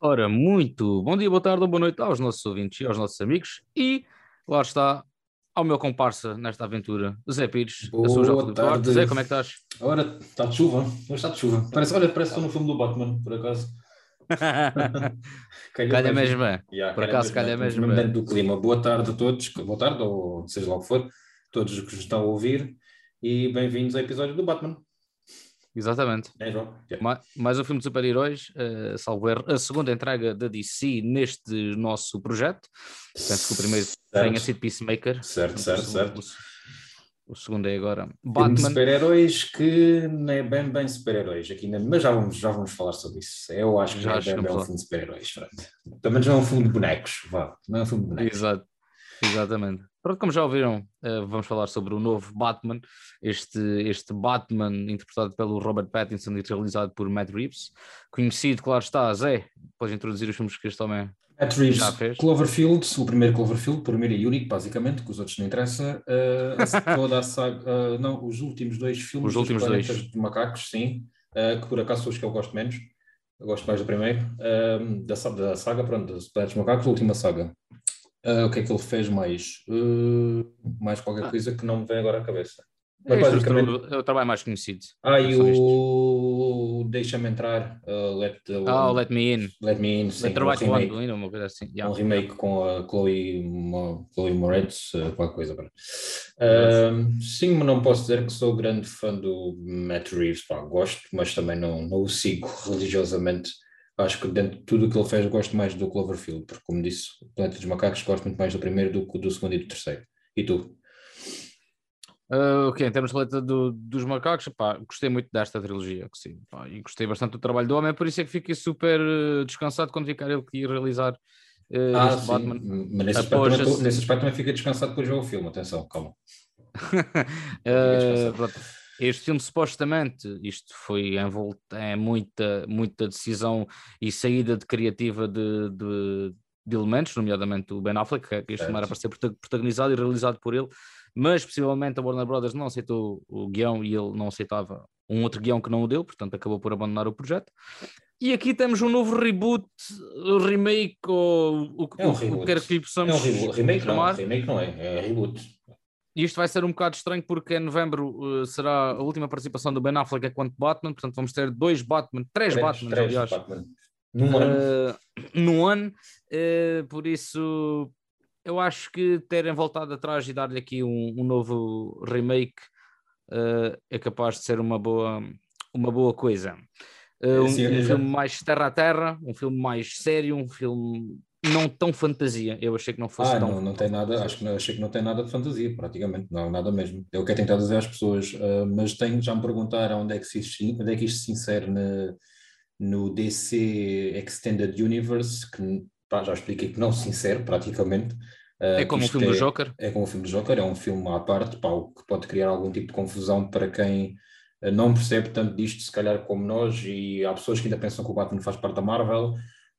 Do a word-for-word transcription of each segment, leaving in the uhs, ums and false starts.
Ora, muito bom dia, boa tarde ou boa noite aos nossos ouvintes e aos nossos amigos. E lá está, ao meu comparsa nesta aventura, Zé Pires. Eu sou o João Boa Filipe Duarte. tarde. Zé, como é que estás? Ora, está de chuva. Hoje está de chuva. Parece, olha, parece que estou no filme do Batman, por acaso. Calhou Calha mesmo. mesmo bem. Yeah, Por calha acaso, mesmo bem. calha Estamos mesmo mesmo bem. dentro do clima. Boa tarde a todos. Boa tarde, ou seja lá o que for. Todos os que nos estão a ouvir. E bem-vindos ao episódio do Batman. Exatamente. É, João? Yeah. Ma- Mais um filme de super-heróis, uh, salvo erro, a segunda entrega da D C neste nosso projeto. Penso que o primeiro tenha Certo, sido Peacemaker. certo, Portanto, o, certo, seg- certo. o se- o segundo é agora Filme de Batman. super-heróis que não é bem bem super-heróis aqui, ainda, mas já vamos, já vamos falar sobre isso. Eu acho que não é Já bem bem chegamos um lá. filme de super-heróis, pronto. Pelo menos não é um filme de bonecos, vá. Não é um filme de bonecos. Exato. Exatamente. Pronto, como já ouviram, eh, vamos falar sobre o novo Batman, este, este Batman interpretado pelo Robert Pattinson e realizado por Matt Reeves, conhecido, claro está, Zé, podes introduzir os filmes que este homem Matt já Reeves, fez. Cloverfield, o primeiro Cloverfield, o primeiro e único, basicamente, que os outros não interessa. Uh, a- toda a saga, uh, não, os últimos dois Os filmes dos últimos Planetas dois. de Macacos, sim, uh, que por acaso são os que eu gosto menos. Eu gosto mais do primeiro, um, da, sa- da saga, pronto, dos Planetas de Macacos, a última saga. Uh, o que é que ele fez mais? Uh, mais qualquer Ah, coisa que não me vem agora à cabeça. Mas este é o, basicamente, tru- é o trabalho mais conhecido, ah, é e só estes. o Deixa-me Entrar, uh, Let, the Ah, o One- Let Me In, Let Me In, Let sim, the o Right One, remake. do In, uma coisa assim. Um Yeah, yeah. remake com a Chloe, Mo- Chloe Moretz, eh, qualquer coisa. pá. Exato. Ahm, sim, mas não posso dizer que sou grande fã do Matt Reeves, pá, gosto, mas também não, não o sigo religiosamente. Acho que dentro de tudo o que ele fez, gosto mais do Cloverfield, porque, como disse, o Planeta dos Macacos, gosto muito mais do primeiro do que do segundo e do terceiro. E tu? Uh, ok, em termos de letra do- dos macacos, pá, gostei muito desta trilogia, que sim, pá, e gostei bastante do trabalho do homem, por isso é que fiquei super uh, descansado quando vi que era ele que ia realizar uh, Ah, este sim, Batman mas nesse aspecto após também, a tô- nesse se- aspecto também fica descansado depois de ver o filme. Atenção, calma, também fica Uh, descansado. pronto. Este filme, supostamente, isto foi envolto em muita, muita decisão e saída de criativa de, de, de elementos, nomeadamente o Ben Affleck, que este filme era para Certo. ser prota- protagonizado e realizado por ele, mas possivelmente a Warner Brothers não aceitou o guião e ele não aceitava um outro guião que não o deu, portanto acabou por abandonar o projeto. E aqui temos um novo reboot, remake, ou o, É um o, o que reboot. quer que lhe É um possamos reboot. Remake não, chamar. remake não é, é reboot. E isto vai ser um bocado estranho porque em novembro uh, será a última participação do Ben Affleck enquanto Batman, portanto vamos ter dois Batman, três Três, Batmans, três aliás, Batman. Num ano. uh, num ano. Uh, por isso, eu acho que terem voltado atrás e dar-lhe aqui um, um novo remake uh, é capaz de ser uma boa, uma boa coisa. Uh, É, sim, um, um eu filme já... mais terra a terra, um filme mais sério, um filme não tão fantasia. Eu achei que não fosse Ah, tão, não, não tão tem nada, acho que fantasioso. não, achei que não tem nada de fantasia, praticamente, não, nada mesmo. É o que eu tentado dizer às pessoas, ah, mas tenho, já me perguntaram onde é que, se, isto- onde é que isto se insere na- no D C Extended Universe, que pá, já expliquei que não se insere praticamente, É ah, que como o isto filme do é, Joker. é como o filme do Joker, é um filme à parte, pá, o que pode criar algum tipo de confusão para quem ah, não percebe tanto disto, se calhar como nós, e há pessoas que ainda pensam que o Batman faz parte da Marvel.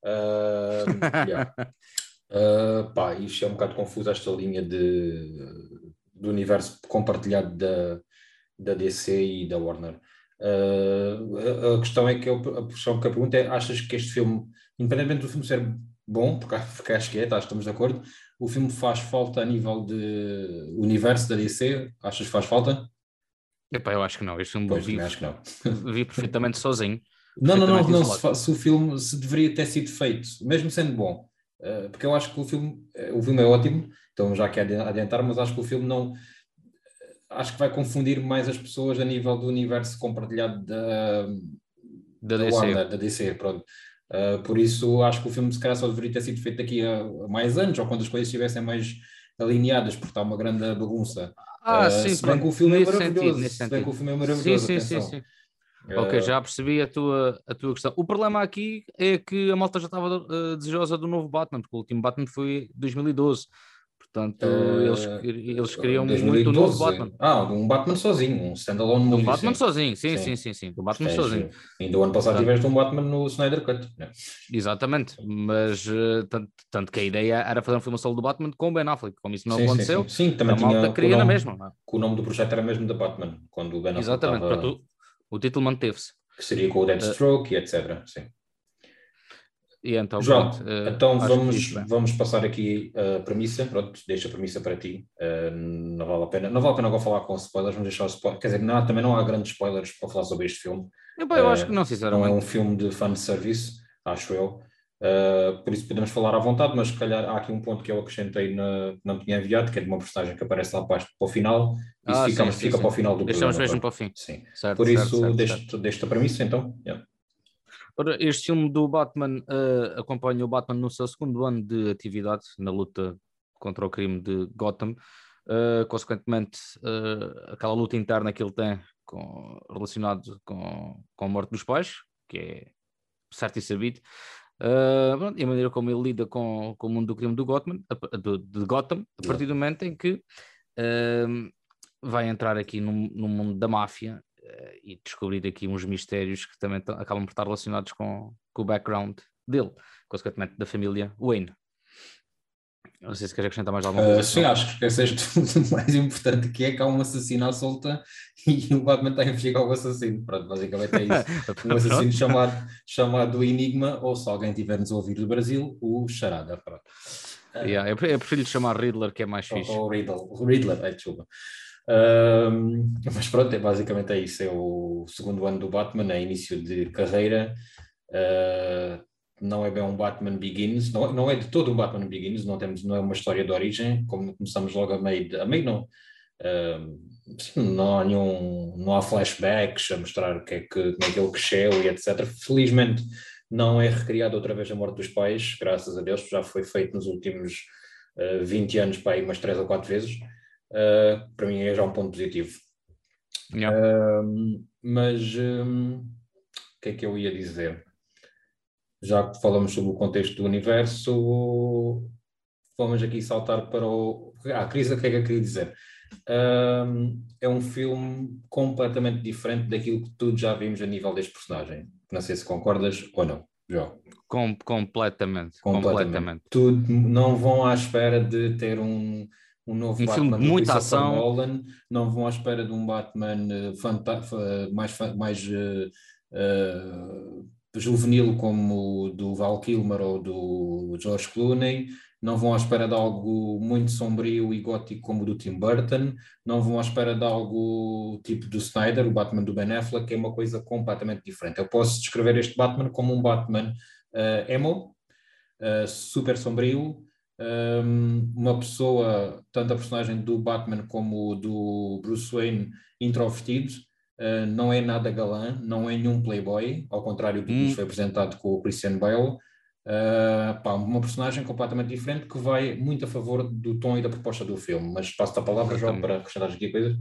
Ah, yeah. Uh, pá, isto é um bocado confuso, esta linha de, do universo compartilhado da, da D C e da Warner. Uh, a, a questão é que eu, a questão que eu pergunto é: achas que este filme, independentemente do filme ser bom, porque, porque acho que é, tá, estamos de acordo, o filme faz falta a nível de universo da D C? Achas que faz falta? Epá, eu acho que não. Este filme Pois, também vive, acho que não. vive perfeitamente sozinho, Não, não, não, perfeitamente não se, isolado. fa- se o filme se deveria ter sido feito, mesmo sendo bom, eh, porque eu acho que o filme, eh, o filme é ótimo, então já quer adiantar, mas acho que o filme não, acho que vai confundir mais as pessoas a nível do universo compartilhado da, Da da D C. Warner, da D C, pronto. Eh, por isso acho que o filme se calhar só deveria ter sido feito daqui a, a mais anos, ou quando as coisas estivessem mais alinhadas, porque está uma grande bagunça. Ah, Eh, sim, se bem que pronto. o filme é Nesse sentido, maravilhoso, nesse se bem que sentido. o filme é Sim, maravilhoso, sim, sim, atenção. sim. Ok, Eh, já percebi a tua, a tua questão. O problema aqui é que a malta já estava eh, desejosa do novo Batman, porque o último Batman foi dois mil e doze. Portanto, eles, Uh, eles queriam muito o novo dois mil e doze. Batman. Ah, um Batman sozinho, um standalone De um movie, Batman sim. sozinho, sim, sim, Sim. sim, sim. De um Porque Batman tens, sozinho. uh, ainda o ano passado Portanto, tiveste um Batman no Snyder Cut, né? exatamente, mas eh, tanto, tanto que a ideia era fazer um filme solo do Batman com o Ben Affleck, como isso não Sim, sim, sim. aconteceu, Sim, a também malta tinha que o queria na nome, mesma, não é? que o nome do projeto era mesmo da Batman, quando o Ben Affleck Exatamente, estava, pronto, o, o título manteve-se. que seria com o Eh, Deathstroke e etcétera. Sim. E então, João, pronto, uh, então acho que vamos, fiz bem. vamos passar aqui a premissa, pronto, deixa a premissa para ti, uh, não vale a pena, não vale a pena agora falar com spoilers, vamos deixar os spoilers, quer dizer, não, também não há grandes spoilers para falar sobre este filme, Eu, pá, eu acho que uh, não, não é um sinceramente. filme de fanservice, acho eu, uh, por isso podemos falar à vontade, mas se calhar há aqui um ponto que eu acrescentei na, que não tinha enviado, que é de uma personagem que aparece lá para, para o final, isso Ah, fica, sim, sim, fica para o sim. final do Deixamos programa, mesmo para pronto, o fim. sim, Certo, por certo, isso certo, certo. deixo, deixo a premissa então, yeah. Ora, este filme do Batman uh, acompanha o Batman no seu segundo ano de atividade na luta contra o crime de Gotham. Uh, consequentemente, uh, aquela luta interna que ele tem com, relacionado com, com a morte dos pais, que é certo e sabido, uh, pronto, e a maneira como ele lida com, com o mundo do crime do Gotham, a, do, de Gotham, a partir do momento em que uh, vai entrar aqui no, no mundo da máfia uh, e descobrir aqui uns mistérios que também acabam por estar relacionados com, com o background dele, consequentemente da família Wayne. Não sei se queres acrescentar mais alguma coisa, Uh, sim, João. acho que esqueceste o mais importante, que é que há um assassino à solta e o Batman está a investigar o assassino. Pronto, basicamente é isso. Um assassino chamado, chamado Enigma, ou se alguém tiver-nos a ouvir do Brasil, o Charada. Pronto. Yeah, eu, eu prefiro lhe chamar Riddler, que é mais Ou, fixe. ou Riddle, o Riddler, é, desculpa. Um, mas pronto, é, basicamente é isso. É o segundo ano do Batman, é início de carreira. Uh, não é bem um Batman Begins, não, não é de todo um Batman Begins, não, temos, não é uma história de origem, como começamos logo a meio, de, a meio não, uh, não há nenhum, não há flashbacks a mostrar que é que, como é que ele cresceu e etcétera. Felizmente não é recriado outra vez a morte dos pais, graças a Deus, já foi feito nos últimos uh, vinte anos, para aí umas três ou quatro vezes, uh, para mim é já um ponto positivo. Yeah. Uh, mas um, o que é que eu ia dizer? Já que falamos sobre o contexto do universo, vamos aqui saltar para o... Ah, Cris, o que é que eu queria dizer? Um, é um filme completamente diferente daquilo que tu já vimos a nível deste personagem. Não sei se concordas ou não, João. Com, completamente, Completamente. completamente. Tudo, não vão à espera de ter um, um novo Um filme Batman de do muita Christopher ação. Nolan, não vão à espera de um Batman uh, fanta- uh, mais, fa- mais uh, uh, juvenil como o do Val Kilmer ou do George Clooney, não vão à espera de algo muito sombrio e gótico como o do Tim Burton, não vão à espera de algo tipo do Snyder, o Batman do Ben Affleck, que é uma coisa completamente diferente. Eu posso descrever este Batman como um Batman uh, emo, Uh, super sombrio, um, uma pessoa, tanto a personagem do Batman como do Bruce Wayne, introvertido, uh, não é nada galã, não é nenhum playboy, ao contrário do que nos Hum, foi apresentado com o Christian Bale. Uh, pá, uma personagem completamente diferente que vai muito a favor do tom e da proposta do filme, mas passo-te a palavra, João, exatamente. para acrescentar aqui coisas.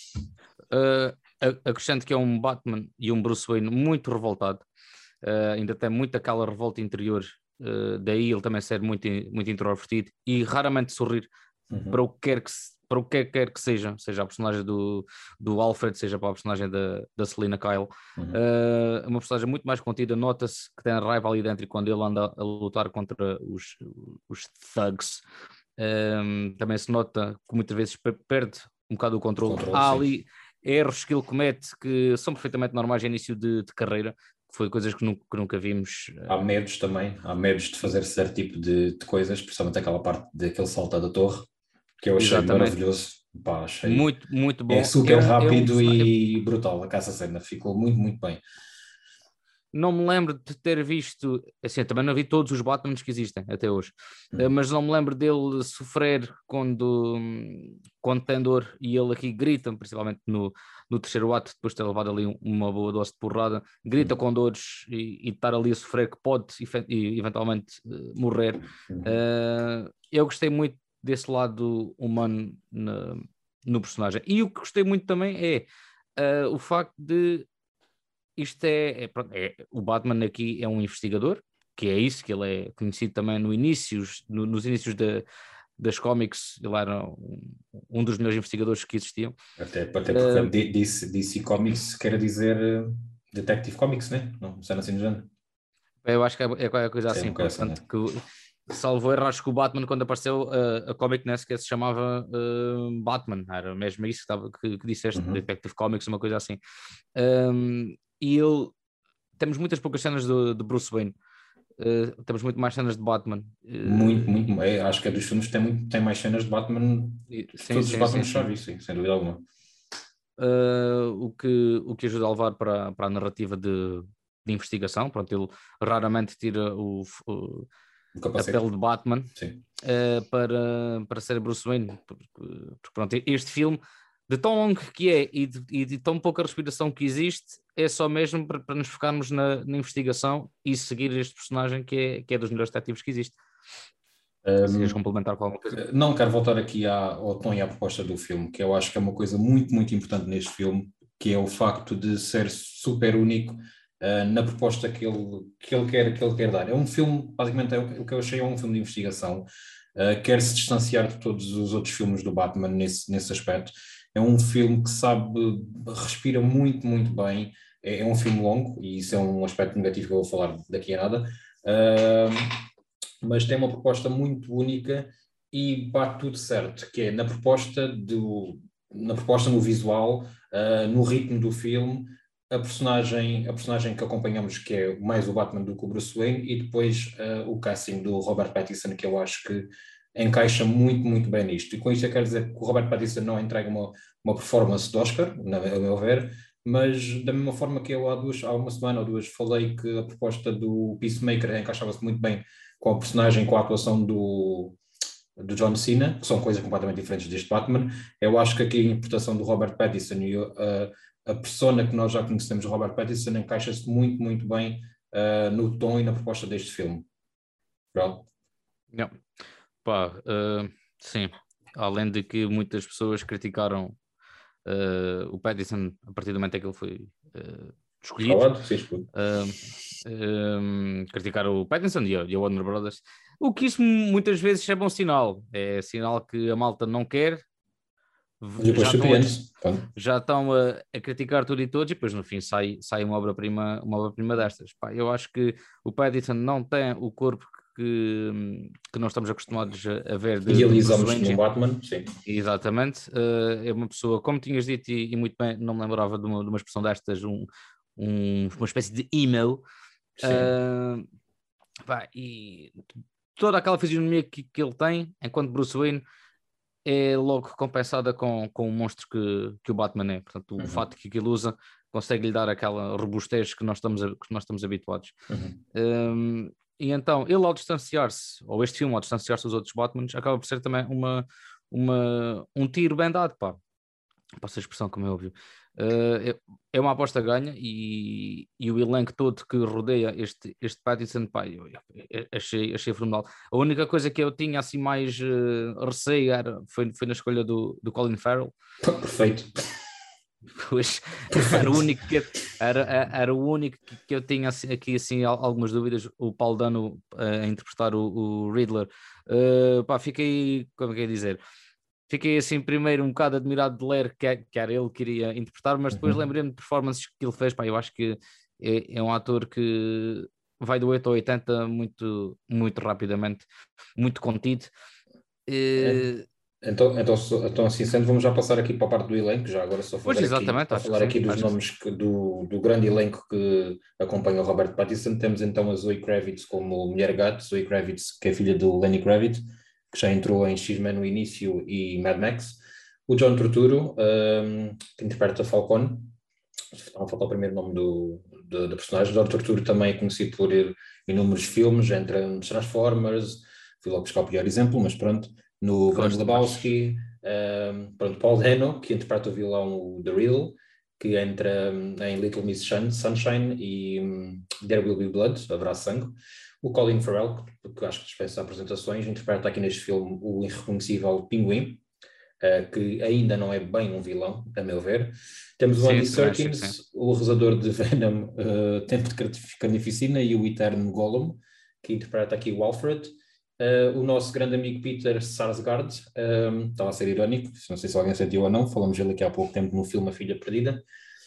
Uh, acrescento que é um Batman e um Bruce Wayne muito revoltado. Uh, ainda tem muito aquela revolta interior. Uh, daí ele também ser muito, muito introvertido e raramente sorrir Uhum. para o que quer que, para o que quer que seja, seja a personagem do, do Alfred, seja para a personagem da, da Selina Kyle. Uhum. Uh, uma personagem muito mais contida, nota-se que tem raiva ali dentro e quando ele anda a lutar contra os, os thugs, um, também se nota que muitas vezes perde um bocado o controle. Controle, Há sim. ali erros que ele comete que são perfeitamente normais no início de, de carreira, que foi coisas que nunca, que nunca vimos. Há medos também, há medos de fazer certo tipo de, de coisas, principalmente aquela parte daquele salto da torre, que eu achei Exatamente, maravilhoso. Pá, achei. muito, muito É bom. É super um, é um rápido personagem. e brutal. A essa cena ficou muito, muito bem. Não me lembro de ter visto, assim, também não vi todos os Batmans que existem até hoje, eh, Uhum. mas não me lembro dele sofrer quando, quando tem dor e ele aqui grita, principalmente no, no terceiro ato, depois de ter levado ali uma boa dose de porrada, grita Uhum. com dores e, e estar ali a sofrer que pode e, eventualmente uh, morrer. Uhum. Uh, eu gostei muito desse lado humano na, no personagem. E o que gostei muito também é uh, o facto de isto é, é, é, o Batman aqui é um investigador, que é isso, que ele é conhecido também no início, no, nos inícios de, das cómics, ele era um, um dos melhores investigadores que existiam. Até, até porque Uh, D C, D C Comics quer dizer uh, Detective Comics, né? Não, se assim no género. eu acho que é, é qualquer coisa Sim, assim, um assim, né? portanto, que salvo erro, acho que o Batman, quando apareceu, uh, a comic nem sequer se chamava uh, Batman, era mesmo isso que, estava, que, que disseste, Uhum. Detective Comics, uma coisa assim. Um, e ele, temos muitas poucas cenas de, de Bruce Wayne. Uh, temos muito mais cenas de Batman. Muito, muito. É, acho que é dos filmes que tem, muito, tem mais cenas de Batman de Sim, todos os sim, Batman sim, que já sim. vi, sim, sem dúvida alguma. Uh, o, que, o que ajuda a levar para, para a narrativa de, de investigação. Pronto, ele raramente tira o, o, O a capacete. pele de Batman Sim. uh, para, para ser Bruce Wayne. Porque, porque, pronto, este filme, de tão longo que é e de, e de tão pouca respiração que existe, é só mesmo para, para nos focarmos na, na investigação e seguir este personagem que é, que é dos melhores detetives que existe. Se queres Um, complementar com alguma coisa? não quero voltar aqui à, ao tom e à proposta do filme, que eu acho que é uma coisa muito, muito importante neste filme, que é o facto de ser super único uh, na proposta que ele, que, ele quer, que ele quer dar. É um filme, basicamente, é o, o que eu achei é um filme de investigação, uh, quer se distanciar de todos os outros filmes do Batman nesse, nesse aspecto. É um filme que sabe, respira muito, muito bem. É, é um filme longo, e isso é um aspecto negativo que eu vou falar daqui a nada. Uh, mas tem uma proposta muito única e bate tudo certo, que é na proposta, do, na proposta no visual, uh, no ritmo do filme, a personagem, a personagem que acompanhamos, que é mais o Batman do que o Bruce Wayne, e depois uh, o casting do Robert Pattinson, que eu acho que encaixa muito, muito bem nisto. E com isto eu quero dizer que o Robert Pattinson não entrega uma, uma performance de Oscar, na, a meu ver, mas da mesma forma que eu há, duas, há uma semana ou duas falei que a proposta do Peacemaker encaixava-se muito bem com a personagem, com a atuação do, do John Cena, que são coisas completamente diferentes deste Batman. Eu acho que aqui a interpretação do Robert Pattinson e a, a persona que nós já conhecemos, Robert Pattinson, encaixa-se muito, muito bem uh, no tom e na proposta deste filme. Pronto. Yeah. Pá, uh, sim. Além de que muitas pessoas criticaram uh, o Pattinson a partir do momento em que ele foi uh, escolhido. Falado, sim, escolhido. Uh, um, criticaram o Pattinson e a, e a Warner Brothers. O que isso muitas vezes é bom sinal. É sinal que a malta não quer. Mas depois Já estão, a, surpreende-se. já estão a, a criticar tudo e todos, e depois no fim sai, sai uma obra-prima uma obra-prima destas. Pá, eu acho que o Pattinson não tem o corpo que, que nós estamos acostumados a, a ver de, de Bruce Idealizamos Wayne. no Batman, sim. Exatamente. Uh, é uma pessoa, como tinhas dito, e, e muito bem, não me lembrava de uma, de uma expressão destas, um, um, uma espécie de email. Uh, pá, e toda aquela fisionomia que, que ele tem, enquanto Bruce Wayne, é logo compensada com, com o monstro que, que o Batman é. Portanto, o Uhum. fato que ele usa consegue-lhe dar aquela robustez que nós estamos, a, que nós estamos habituados. Uhum. Um, e então, ele ao distanciar-se, ou este filme ao distanciar-se dos outros Batmans, acaba por ser também uma, uma, um tiro bem dado, pá. Passa a expressão, como é óbvio. Uh, é uma aposta ganha e, e o elenco todo que rodeia este, este Pattinson, pá, eu, eu achei, achei fenomenal. A única coisa que eu tinha assim mais uh, receio era, foi, foi na escolha do, do Colin Farrell. Perfeito. Pois, Perfeito. era o único que, era, era o único que, que eu tinha assim, aqui assim algumas dúvidas. O Paul Dano uh, a interpretar o, o Riddler, uh, pá, fiquei, como é que é dizer? Fiquei assim primeiro um bocado admirado de ler que, que era ele que iria interpretar, mas depois uhum. lembrei-me de performances que ele fez, pá, eu acho que é, é um ator que vai do oito ao oitenta muito, muito rapidamente, muito contido. É. Então, então, então, assim sendo, vamos já passar aqui para a parte do elenco, já agora só falar aqui, para falar aqui dos nomes que, do, do grande elenco que acompanha o Robert Pattinson. Temos então a Zoe Kravitz como mulher gato, Zoe Kravitz, que é filha do Lenny Kravitz, que já entrou em X-Men no início e Mad Max. O John Turturro, um, que interpreta Falcone, não falta o primeiro nome do, do, do personagem. John Turturro também é conhecido por inúmeros filmes, entre os Transformers, fui logo buscar o pior exemplo, mas pronto, no Grande Lebowski, um, pronto, Paul Dano, que interpreta o vilão o The Riddle, que entra um, em Little Miss Sunshine e um, There Will Be Blood, Haverá Sangue. O Colin Farrell, que, que acho que dispensa apresentações, interpreta aqui neste filme o irreconhecível Pinguim, uh, que ainda não é bem um vilão, a meu ver. Temos o sim, Andy Serkis, o realizador de Venom, uh, Tempo de Carnificina, e o eterno Gollum, que interpreta aqui o Alfred. Uh, o nosso grande amigo Peter Sarsgaard, um, estava a ser irónico, não sei se alguém sentiu ou não, falamos dele aqui há pouco tempo no filme A Filha Perdida.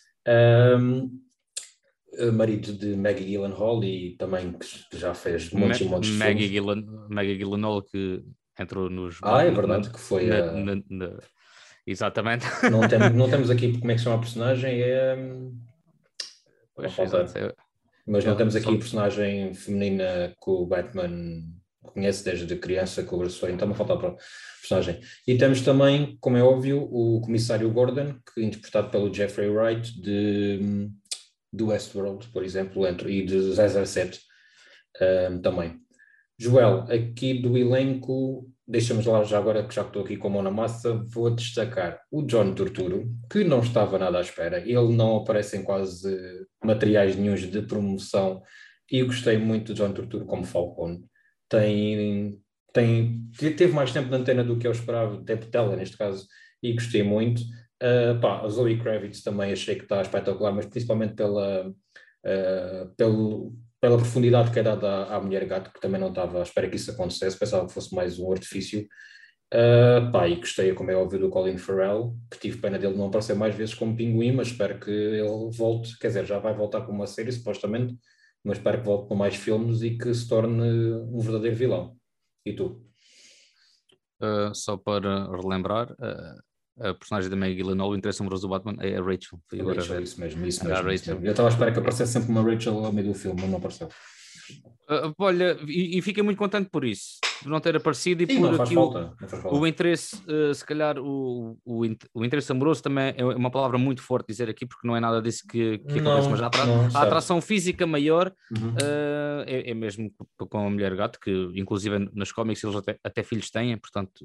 Um, marido de Maggie Gyllenhaal e também que já fez montes e montes de Maggie filmes. Gyllen, Maggie Gyllenhaal que entrou nos... Ah, é verdade, na, que foi na, a... na, na... Exatamente. Não temos, não temos aqui como é que se chama a personagem, é... Pois, exato. Mas não Yeah, temos aqui só- a personagem feminina que o Batman conhece desde criança, que o Bruce Wayne, está-me a faltar para personagem. E temos também, como é óbvio, o comissário Gordon, que é interpretado pelo Jeffrey Wright, de, do Westworld, por exemplo, entre, e de zero zero sete um, também. Joel, aqui do elenco, deixamos lá já agora, que já estou aqui com a mão na massa, vou destacar o John Turturro, que não estava nada à espera. Ele não aparece em quase materiais nenhuns de promoção e eu gostei muito do John Turturro como Falcone. Tem, tem, teve mais tempo de antena do que eu esperava, tempo de tela neste caso, e gostei muito. Uh, pá, a Zoe Kravitz também achei que está espetacular, mas principalmente pela, uh, pelo, pela profundidade que é dada à, à Mulher Gato, que também não estava à espera que isso acontecesse, pensava que fosse mais um artifício. Uh, pá, e gostei, como é óbvio, do Colin Farrell, que tive pena dele não aparecer mais vezes como Pinguim, mas espero que ele volte, quer dizer, já vai voltar com uma série, supostamente, mas espero que volte com mais filmes e que se torne um verdadeiro vilão. E tu? Uh, só para relembrar, uh, a personagem da Maggie Gyllenhaal, o interesse amoroso do Batman é a Rachel. Fui A agora Rachel, ver. isso mesmo, isso Era a mesmo, isso Rachel. mesmo. Eu estava à espera que aparecesse sempre uma Rachel ao meio do filme, mas não apareceu. Uh, olha, e, e fiquei muito contente por isso, por não ter aparecido e Sim, por não faz aqui o, falta, não faz o falta. interesse, uh, se calhar o, o, o interesse amoroso também é uma palavra muito forte dizer aqui, porque não é nada disso que, que acontece, mas Não, a, atra não, a certo. atração física maior Uhum. uh, é, é mesmo com a Mulher Gato, que inclusive nos cómics eles até, até filhos têm, portanto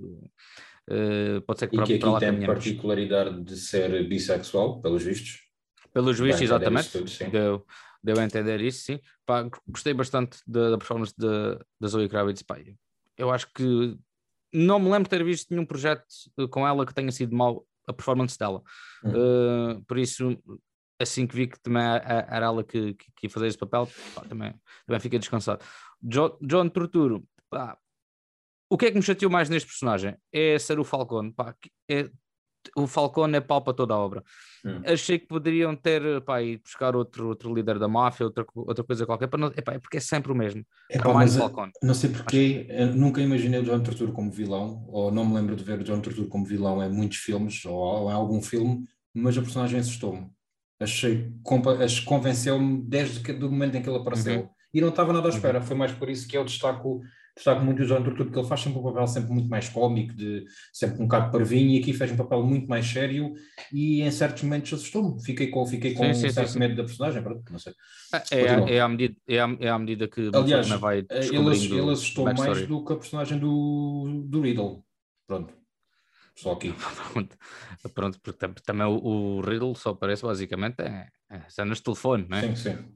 uh, pode ser que E para, que para aqui lá tem caminhamos. particularidade de ser bissexual, pelos vistos. Pelos Dá a vistos, entender isso exatamente, tudo, sim. deu, deu a entender isso, sim. Pá, gostei bastante da, da performance da, da Zoe Kravitz. Pá, eu acho que não me lembro de ter visto nenhum projeto com ela que tenha sido mau a performance dela. Hum. Uh, por isso, assim que vi que também era ela que, que, que ia fazer esse papel, pá, também, também fiquei descansado. John, John Turturro, pá, o que é que me chateou mais neste personagem? É ser o Falcone. Pá, é, o Falcone é pau para toda a obra. Hum. Achei que poderiam ter, pá, ir buscar outro, outro líder da máfia, outra, outra coisa qualquer, para não, epá, é porque é sempre o mesmo. Epá, Armando mas eh, Falcone. não sei Acho que porquê, eu nunca imaginei o John Turturro como vilão, ou não me lembro de ver o John Turturro como vilão em muitos filmes, ou, ou em algum filme, mas a personagem assustou-me. Achei, compa- ach- convenceu-me desde que, do momento em que ele uhum, apareceu. E não estava nada à uhum. espera, foi mais por isso que eu destaco, destaco muito o John Turturro, porque ele faz sempre um papel sempre muito mais cómico, de, sempre um bocado parvinho, e aqui fez um papel muito mais sério, e em certos momentos assustou-me. Fiquei com, fiquei Sim, com um sim, sim, certo sim. medo da personagem, pronto, não sei. É, é, é, Continua. à medida, é, à, é à medida que uma pessoa também Aliás, vai eh, ele, ass- ele descobrindo assustou mais backstory. do que a personagem do, do Riddle. Pronto, só aqui. Pronto, pronto, porque tam- também o, o Riddle só aparece basicamente é, é cenas de telefone, né? Sim, sim.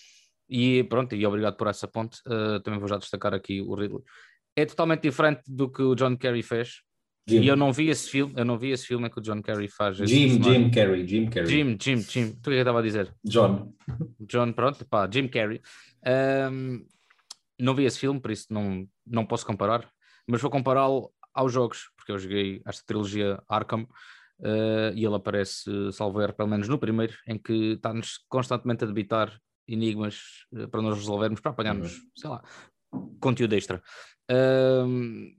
E pronto, e obrigado por essa ponte. Uh, também vou já destacar aqui o Riddle. É totalmente diferente do que o John Kerry fez. E eu Jim. não vi esse filme, eu não vi esse filme em que o John Kerry faz esse Jim, Jim personagem. Carrey, Jim Carrey. Jim, Jim, Jim, tu o que é que eu estava a dizer? John. John, pronto, pá, Jim Carrey. Um, não vi esse filme, por isso não, não posso comparar, mas vou compará-lo aos jogos, porque eu joguei esta trilogia Arkham uh, e ele aparece, salvo erro, pelo menos no primeiro, em que está-nos constantemente a debitar enigmas uh, para nós resolvermos, para apanharmos, Uhum. sei lá, conteúdo extra. Um,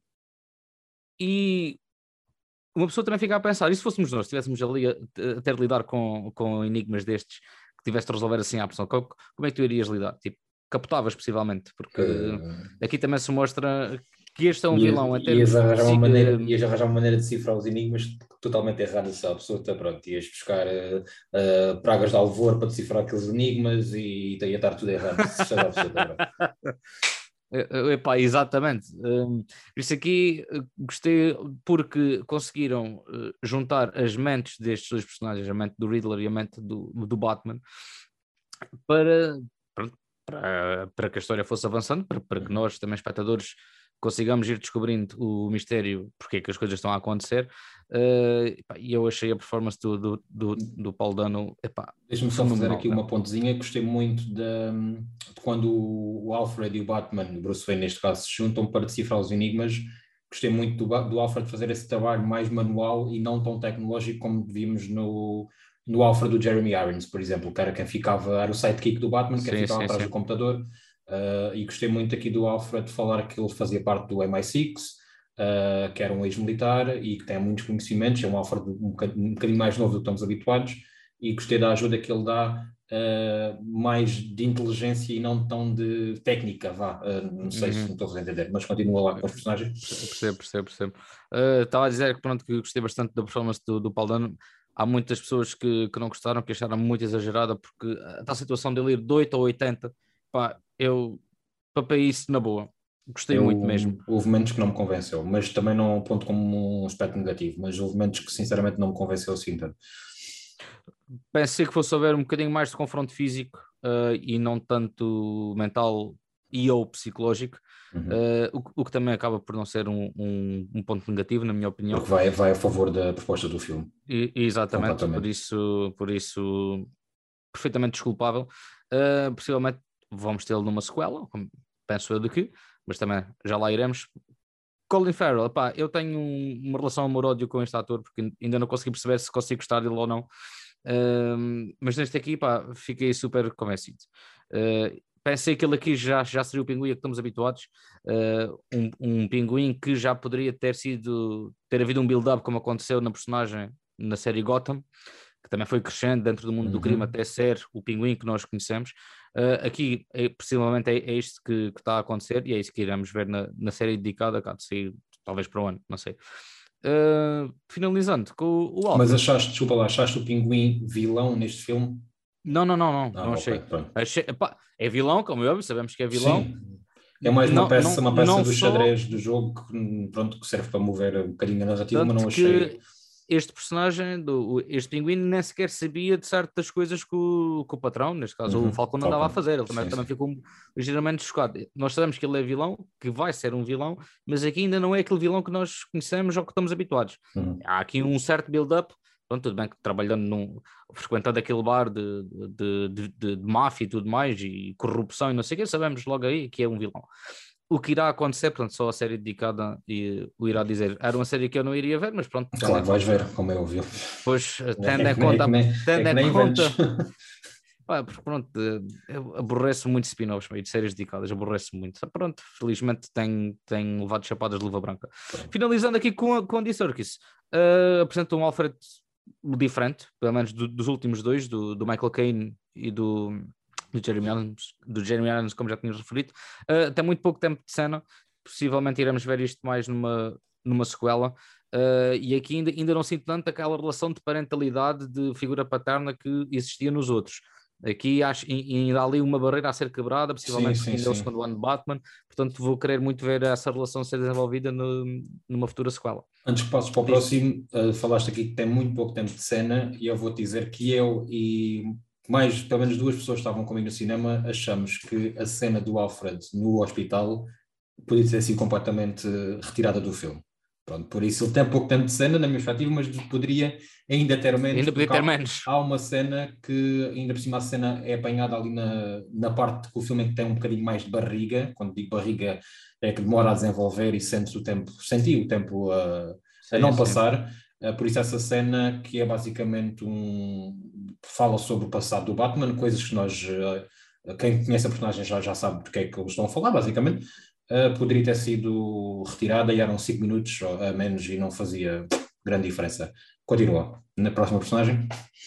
e uma pessoa também fica a pensar, e se fôssemos nós, estivéssemos ali a, a ter de lidar com, com enigmas destes, que tivesse de resolver assim à pessoa, como, como é que tu irias lidar? Tipo, capotavas possivelmente, porque Uh, aqui também se mostra que este é um ias, vilão em ias termos arranjar uma psi- maneira, eh, ias arranjar uma maneira de decifrar os enigmas totalmente errada, se a pessoa está pronto, ias buscar uh, uh, pragas de alvor para decifrar aqueles enigmas e ia estar tudo errado, se seja a pessoa está pronto. eh, epá, exatamente. Um, isso aqui eh, gostei porque conseguiram eh, juntar as mentes destes dois personagens, a mente do Riddler e a mente do, do Batman, para, pronto, para, para que a história fosse avançando, para, para que Uhum. nós, também espectadores, consigamos ir descobrindo o mistério, porque é que as coisas estão a acontecer. Uh, epá, e eu achei a performance do, do, do, do Paul Dano, epá, Deixa-me só fazer fenomenal, aqui meu. uma pontezinha. Gostei muito de, de quando o Alfred e o Batman, o Bruce Wayne neste caso, se juntam para decifrar os enigmas. Gostei muito do, Ba- do Alfred fazer esse trabalho mais manual e não tão tecnológico como vimos no, no Alfred do Jeremy Irons, por exemplo, que era quem ficava, era o sidekick do Batman, quem Sim, ficava sim, atrás do sim. computador. Uh, e gostei muito aqui do Alfred falar que ele fazia parte do M I seis, uh, que era um ex-militar e que tem muitos conhecimentos. É um Alfred um bocadinho, um bocadinho mais novo do que estamos habituados e gostei da ajuda que ele dá, uh, mais de inteligência e não tão de técnica, vá. Uh, não sei uhum. se me estou a entender, mas continua lá com os personagens. Percebo, percebo, percebo. Uh, estava a dizer que, pronto, que gostei bastante da performance do, do Paul Dano. Há muitas pessoas que, que não gostaram, que acharam muito exagerada, porque a tal situação dele ir de oito a oitenta, pá, eu papei isso na boa. Gostei eu, muito mesmo. Houve momentos que não me convenceu, mas também não aponto como um aspecto negativo, mas houve momentos que sinceramente não me convenceu assim tanto. Pensei que fosse haver um bocadinho mais de confronto físico uh, e não tanto mental e ou psicológico, uhum. uh, o, o que também acaba por não ser um, um, um ponto negativo, na minha opinião. Porque vai, vai a favor da proposta do filme. E, exatamente, por isso, por isso perfeitamente desculpável. Uh, possivelmente vamos tê-lo numa sequela, como penso eu de que, mas também já lá iremos. Colin Farrell, epá, eu tenho uma relação amor-ódio com este ator, porque ainda não consegui perceber se consigo gostar dele ou não. Uh, mas neste aqui, pá, fiquei super convencido. Uh, pensei que ele aqui já, já seria o pinguim a que estamos habituados, uh, um, um pinguim que já poderia ter sido, ter havido um build-up como aconteceu na personagem na série Gotham, que também foi crescendo dentro do mundo uhum. do crime até ser o pinguim que nós conhecemos. Uh, aqui, é, possivelmente, é, é isto que, que está a acontecer e é isso que iremos ver na, na série dedicada, cá de sair, talvez para o ano, não sei. Uh, finalizando com o, o Alfred. Mas achaste, desculpa lá, achaste o pinguim vilão neste filme? Não, não, não, não, ah, não okay, achei. achei epá, é vilão, como eu sabemos que é vilão. Sim. É mais uma não, peça, não, uma peça do só... xadrez do jogo que, pronto, que serve para mover um bocadinho a narrativa, Tanto mas não achei... Que este personagem, do, este pinguim, nem sequer sabia de certas coisas que o, que o patrão, neste caso uhum. o Falcon, não andava a fazer. Ele também, sim, também sim. ficou ligeiramente chocado. Nós sabemos que ele é vilão, que vai ser um vilão, mas aqui ainda não é aquele vilão que nós conhecemos ou que estamos habituados. Uhum. Há aqui um certo build-up. Pronto, tudo bem que trabalhando num, frequentando aquele bar de, de, de, de, de máfia e tudo mais, e corrupção e não sei o que, sabemos logo aí que é um vilão. O que irá acontecer, portanto, só a série dedicada e o irá dizer. Era uma série que eu não iria ver, mas pronto. Claro, vais ver, como é óbvio. Pois, tendo em conta... Tendo em conta... Pá, porque pronto, aborreço muito spin-offs, meio de séries dedicadas, aborreço muito. Pronto, felizmente tem, tem levado chapadas de luva branca. Pronto. Finalizando aqui com, a, com Andy Serkis. Uh, apresenta um Alfred diferente, pelo menos do, dos últimos dois, do, do Michael Caine e do... do Jeremy Irons, do Jeremy Irons, como já tínhamos referido. Uh, tem muito pouco tempo de cena, possivelmente iremos ver isto mais numa, numa sequela, uh, e aqui ainda, ainda não sinto tanto aquela relação de parentalidade, de figura paterna que existia nos outros. Aqui acho, ainda há ali uma barreira a ser quebrada, possivelmente sim, porque sim, ainda é o segundo ano de Batman, portanto vou querer muito ver essa relação ser desenvolvida no, numa futura sequela. Antes que passes para o Diz... próximo, uh, falaste aqui que tem muito pouco tempo de cena, e eu vou te dizer que eu e mais, pelo menos duas pessoas que estavam comigo no cinema, achamos que a cena do Alfred no hospital podia ter sido completamente retirada do filme. Pronto, por isso ele tem pouco tempo de cena, na minha perspectiva, mas poderia ainda ter menos. Ainda podia ter há, menos. Há uma cena que, ainda por cima, a cena é apanhada ali na, na parte que o filme tem um bocadinho mais de barriga. Quando digo barriga, é que demora a desenvolver e sente o tempo, senti o tempo a, sim, a não sim. passar. Uh, por isso essa cena que é basicamente um... fala sobre o passado do Batman, coisas que nós... Uh, quem conhece a personagem já, já sabe do que é que eles estão a falar, basicamente. Uh, poderia ter sido retirada e eram cinco minutos a menos e não fazia grande diferença. Continua. Na próxima personagem?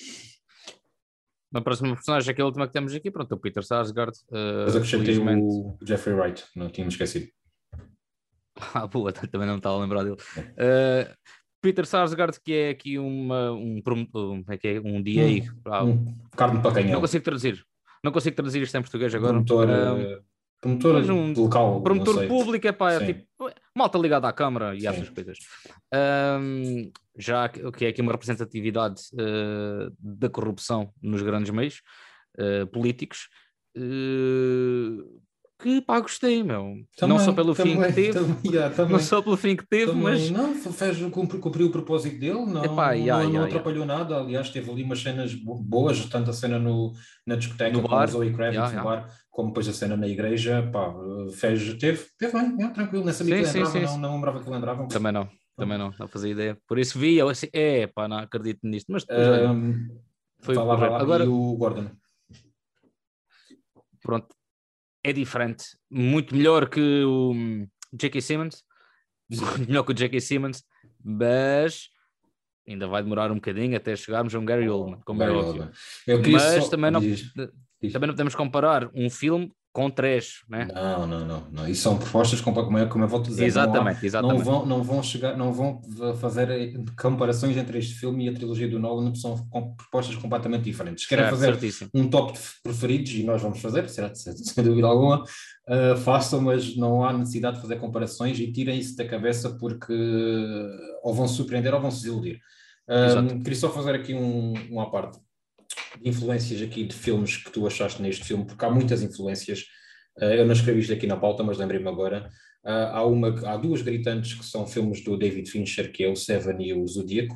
Na próxima personagem, aquela última que temos aqui, pronto, o Peter Sarsgaard. Uh, Mas acrescentei felizmente... o Jeffrey Wright, não tínhamos esquecido. Ah, boa, também não me estava a lembrar dele. Uh, Peter Sarsgaard, que é aqui uma, um, um, é que é um D A. Um, um carne para canhão. Não consigo traduzir. Não consigo traduzir isto em português agora. Promotor, uh, promotor um, local. Promotor público, é pá, é tipo malta ligada à Câmara e Sim. essas coisas. Um, já que é aqui uma representatividade uh, da corrupção nos grandes meios uh, políticos. Uh, que pá, gostei, meu. Também, não só pelo também, fim que teve, também, yeah, também, não só pelo fim que teve, também, mas... Não, fez, cumpriu, cumpriu o propósito dele, não, Epá, yeah, não, não yeah, atrapalhou yeah. nada, aliás, teve ali umas cenas boas, tanto a cena no, na discoteca no com bar. a Zoe Kravitz yeah, no yeah. bar, como depois a cena na igreja, pá, fez, teve, teve bem, yeah, tranquilo, nem sabia sim, que sim, lembrava, sim, não, sim. não lembrava que lembravam. Também não, também não, não fazia ideia. Por isso vi, eu assim, é pá, não acredito nisto, mas depois, um, olha, foi lá, o lá, agora... E o Gordon? Pronto. É diferente, muito melhor que o J K. Simmons, muito melhor que o J K. Simmons, mas ainda vai demorar um bocadinho até chegarmos a um Gary Oldman, como Gary é óbvio. Oldman. Eu queria Mas só... também, não, Diz, diz. também não podemos comparar um filme com trash, né? Não, não, não, não. E são propostas, como, como, eu, como eu volto a dizer, não, há, Exatamente, não, exatamente. vão, não vão chegar, não vão fazer comparações entre este filme e a trilogia do Nolan, são com, propostas completamente diferentes. Se querem Certo, fazer certíssimo. um top de preferidos, e nós vamos fazer, certo, sem dúvida alguma, uh, façam, mas não há necessidade de fazer comparações e tirem isso da cabeça porque ou vão se surpreender ou vão se desiludir. Um, queria só fazer aqui um, um à parte de influências aqui de filmes que tu achaste neste filme, porque há muitas influências. Uh, eu não escrevi isto aqui na pauta, mas lembrei-me agora. Uh, há, uma, há duas gritantes que são filmes do David Fincher, que é o Seven e o Zodíaco,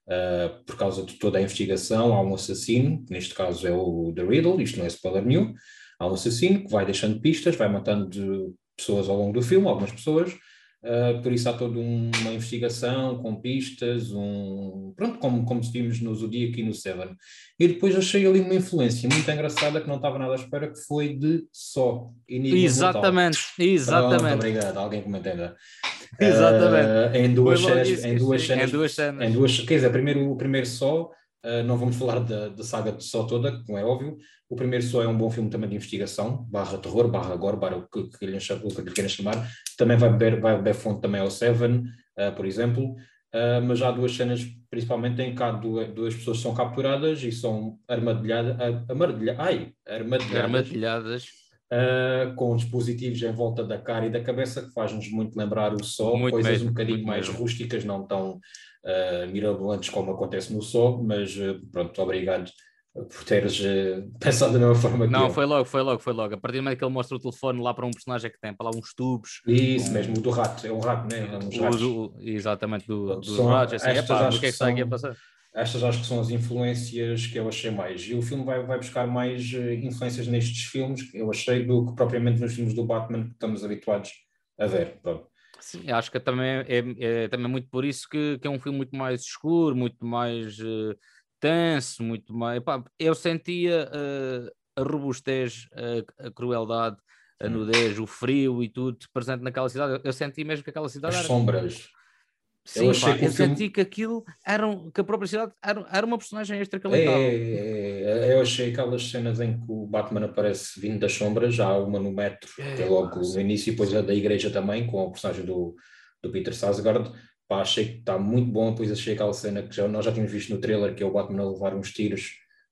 uh, por causa de toda a investigação. Há um assassino, que neste caso é o The Riddle, isto não é spoiler nenhum. Há um assassino que vai deixando pistas, vai matando pessoas ao longo do filme, algumas pessoas. Uh, por isso há toda uma investigação com pistas, um, pronto, como, como vimos no Zodíaco e no Seven. E depois achei ali uma influência muito engraçada que não estava nada à espera, que foi de Só, Enigma Exatamente, Mortal. exatamente. Pronto, obrigado, alguém que me entenda. Exatamente. Uh, em duas Foi logo cenas, isso em que duas achei. cenas, Em duas cenas. em duas, quer dizer, primeiro, o primeiro Só, uh, não vamos falar da, da saga de Só toda, como é óbvio. O primeiro Só é um bom filme também de investigação, barra terror, barra gore, barra o que, que, lhe, o que lhe queiram chamar. Também vai beber, vai beber fonte também ao Seven, uh, por exemplo. Uh, mas já há duas cenas, principalmente em que há duas, duas pessoas que são capturadas e são armadilhadas, armadilha, ai, armadilhadas. Armadilhadas. Uh, com dispositivos em volta da cara e da cabeça que faz-nos muito lembrar o Só, Muito coisas mesmo, um bocadinho mais mesmo. rústicas, não tão uh, mirabolantes como acontece no Só, mas uh, pronto, obrigado por teres uh, pensado da mesma forma Não, que eu. foi logo, foi logo, foi logo. A partir do momento que ele mostra o telefone lá para um personagem que tem para lá uns tubos. Isso com... mesmo, o do rato, é um rato, né? É uns o, ratos. do, exatamente, do, Pronto, dos são, ratos. Assim, estas epá, mas o acho que é que que está aqui a são passar? Estas acho que são as influências que eu achei mais. E o filme vai, vai buscar mais uh, influências nestes filmes que eu achei do que propriamente nos filmes do Batman que estamos habituados a ver. Pronto. Sim, acho que também é, é, é também muito por isso que, que é um filme muito mais escuro, muito mais uh, tenso, muito mais... Epá, eu sentia uh, a robustez, a, a crueldade, a nudez, o frio e tudo presente naquela cidade. Eu senti mesmo que aquela cidade As era... sombras. Sim, eu achei pá, que o eu filme... senti que aquilo era um, que a própria cidade era, era uma personagem extra que ali É, estava. é, é, eu achei aquelas cenas em que o Batman aparece vindo das sombras, já há uma no metro, que é É, logo pá, no sim, início, e depois sim. a da igreja também, com a personagem do, do Peter Sarsgaard. Pá, achei que está muito bom, depois achei aquela cena que já, nós já tínhamos visto no trailer, que é o Batman a levar uns tiros,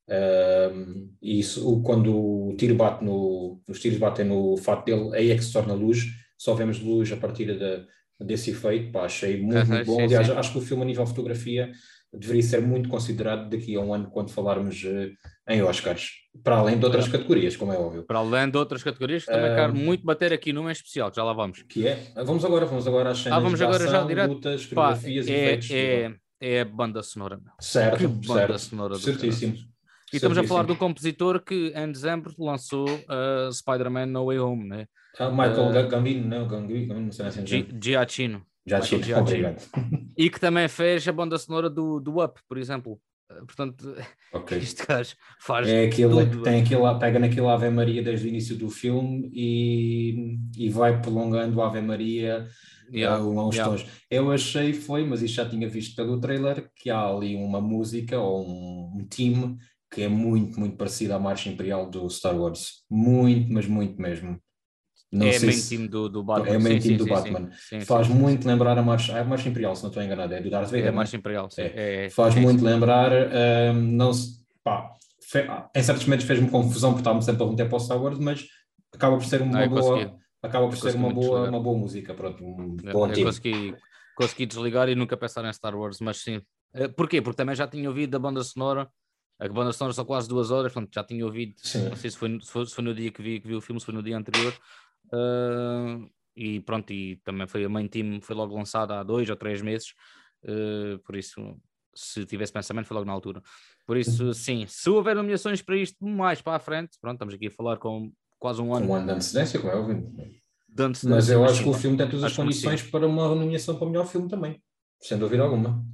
um, e isso, o, quando o tiro bate no, os tiros batem no fato dele, aí é que se torna luz, só vemos luz a partir de, desse efeito. Pá, achei muito, Uhum, muito bom. sim, Aliás, sim. acho que o filme a nível fotografia deveria ser muito considerado daqui a um ano quando falarmos uh, em Oscars, para além de outras Olha, categorias, como é óbvio. para além de outras categorias, que também quero Uh, muito bater aqui numa em especial, que já lá vamos. que é, vamos agora, vamos agora às Ah, cenas vamos de agora já ação, direto. lutas, Pá, coreografias e é, efeitos. é, é a banda sonora, meu. Que Certo, banda certo, sonora do certíssimo. caraças. E estamos a falar Certíssimo. do compositor que em dezembro lançou uh, Spider-Man No Way Home, né? Ah, Michael Uh, Gambino, não, Gambino, Gambino, não sei assim Gi- dizer. Giacchino. Já Michael tinha, Giacchino. obrigado. E que também fez a banda sonora do, do Up, por exemplo. Uh, portanto, Ok. este gajo faz É aquele que tudo. tem aquilo, pega naquilo Ave Maria desde o início do filme e, e vai prolongando a Ave Maria Yeah, uh, a uns yeah. tons. Eu achei, foi, mas isto já tinha visto pelo trailer, que há ali uma música ou um, um theme que é muito, muito parecido à Marcha Imperial do Star Wars. Muito, mas muito mesmo. Não É sei main se team do, do é Batman. o main Sim, team sim, do sim, sim. Batman. Sim, sim, Faz sim, sim. muito lembrar a Marcha, a Marcha Imperial, se não estou enganado, é do Darth É Vader, a não é? Marcha Imperial, sim. É. É, é. Faz Sim, muito sim. lembrar, um, não se, pá, fe, em certos momentos fez-me confusão porque estava-me sempre a remeter para o Star Wars, mas acaba por ser Não, uma eu consegui. boa, acaba por Eu ser consegui uma muito boa, desligar. uma boa música, pronto, um Eu, bom eu time. consegui, consegui desligar e nunca pensar em Star Wars, mas sim. Eh, Porquê? Porque também já tinha ouvido a banda sonora. A banda sonora são quase duas horas, portanto já tinha ouvido. Sim. Não sei se foi, se foi, se foi no dia que vi, que vi o filme, se foi no dia anterior. Uh, e pronto, e também foi a main team, foi logo lançada há dois ou três meses. Uh, por isso, se tivesse pensamento, foi logo na altura. Por isso, sim, se houver nomeações para isto mais para a frente, pronto, estamos aqui a falar com quase um Com ano um ano de antecedência, como é óbvio. de Mas antecedência, eu mas acho sim, que o pá, filme tem todas as acho que merecia. condições para uma nomeação para o melhor filme também, sem dúvida alguma.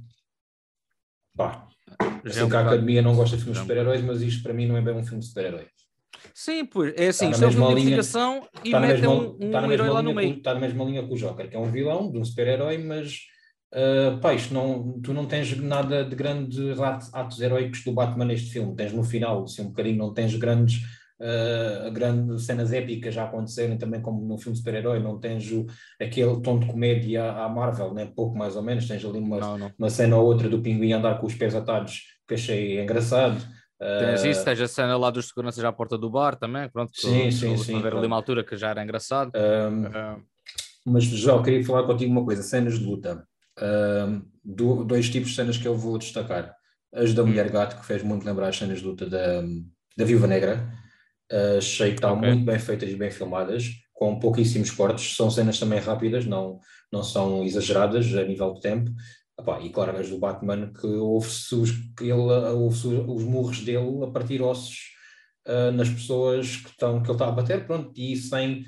Pá, eu Já é sei um que a bocado. Academia não gosta de filmes Já de é um bocado. super-heróis, mas isto para mim não é bem um filme de super-heróis. Sim, pois, é assim, Está na isto é um filme mesma de linha, investigação e está na metem mesma, um, está na um herói mesma lá no linha, com, meio. está na mesma linha com o Joker, que é um vilão de um super-herói, mas Uh, pá, isto não, tu não tens nada de grandes atos, atos heróicos do Batman neste filme. Tens no final, assim, um bocadinho, não tens grandes, uh, grandes cenas épicas a acontecerem também como num filme de super-herói. Não tens o, aquele tom de comédia à Marvel, né? Pouco mais ou menos. Tens ali uma, Não, não. uma cena ou outra do pinguim andar com os pés atados que achei engraçado. Tens isso, Uh, tens a cena lá dos seguranças à porta do bar também, pronto, que sim, sim, houve a sim, ver ali uma pronto. altura que já era engraçado. Um, Uh, mas já eu queria falar contigo uma coisa, cenas de luta. Um, do, dois tipos de cenas que eu vou destacar. As da hum, Mulher Gato, que fez muito lembrar as cenas de luta da, da Viúva Negra. Uh, achei que estão ok, muito bem feitas e bem filmadas, com pouquíssimos cortes. São cenas também rápidas, não, não são exageradas a nível de tempo. Epá, e claro, as do Batman, que ouve-se os, que ele, ouve-se os murros dele a partir ossos uh, nas pessoas que, estão, que ele está a bater, pronto, e sem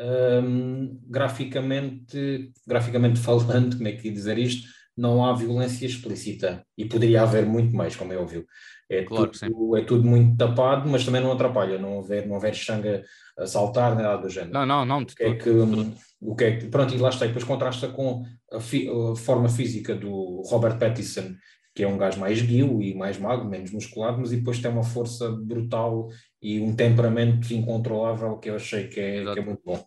um, graficamente, graficamente falando, como é que ia dizer isto, não há violência explícita e poderia haver muito mais, como é óbvio. É claro que sim. tudo, é tudo muito tapado, mas também não atrapalha, não haver, não haver sangue a saltar, nem nada do género. Não, não, não, O de que é tudo, que, de tudo. hum, o que, é que pronto, e lá está, e depois contrasta com a, fi, a forma física do Robert Pattinson, que é um gajo mais guio e mais magro, menos musculado, mas depois tem uma força brutal e um temperamento incontrolável que eu achei que é, que é Exato, muito bom.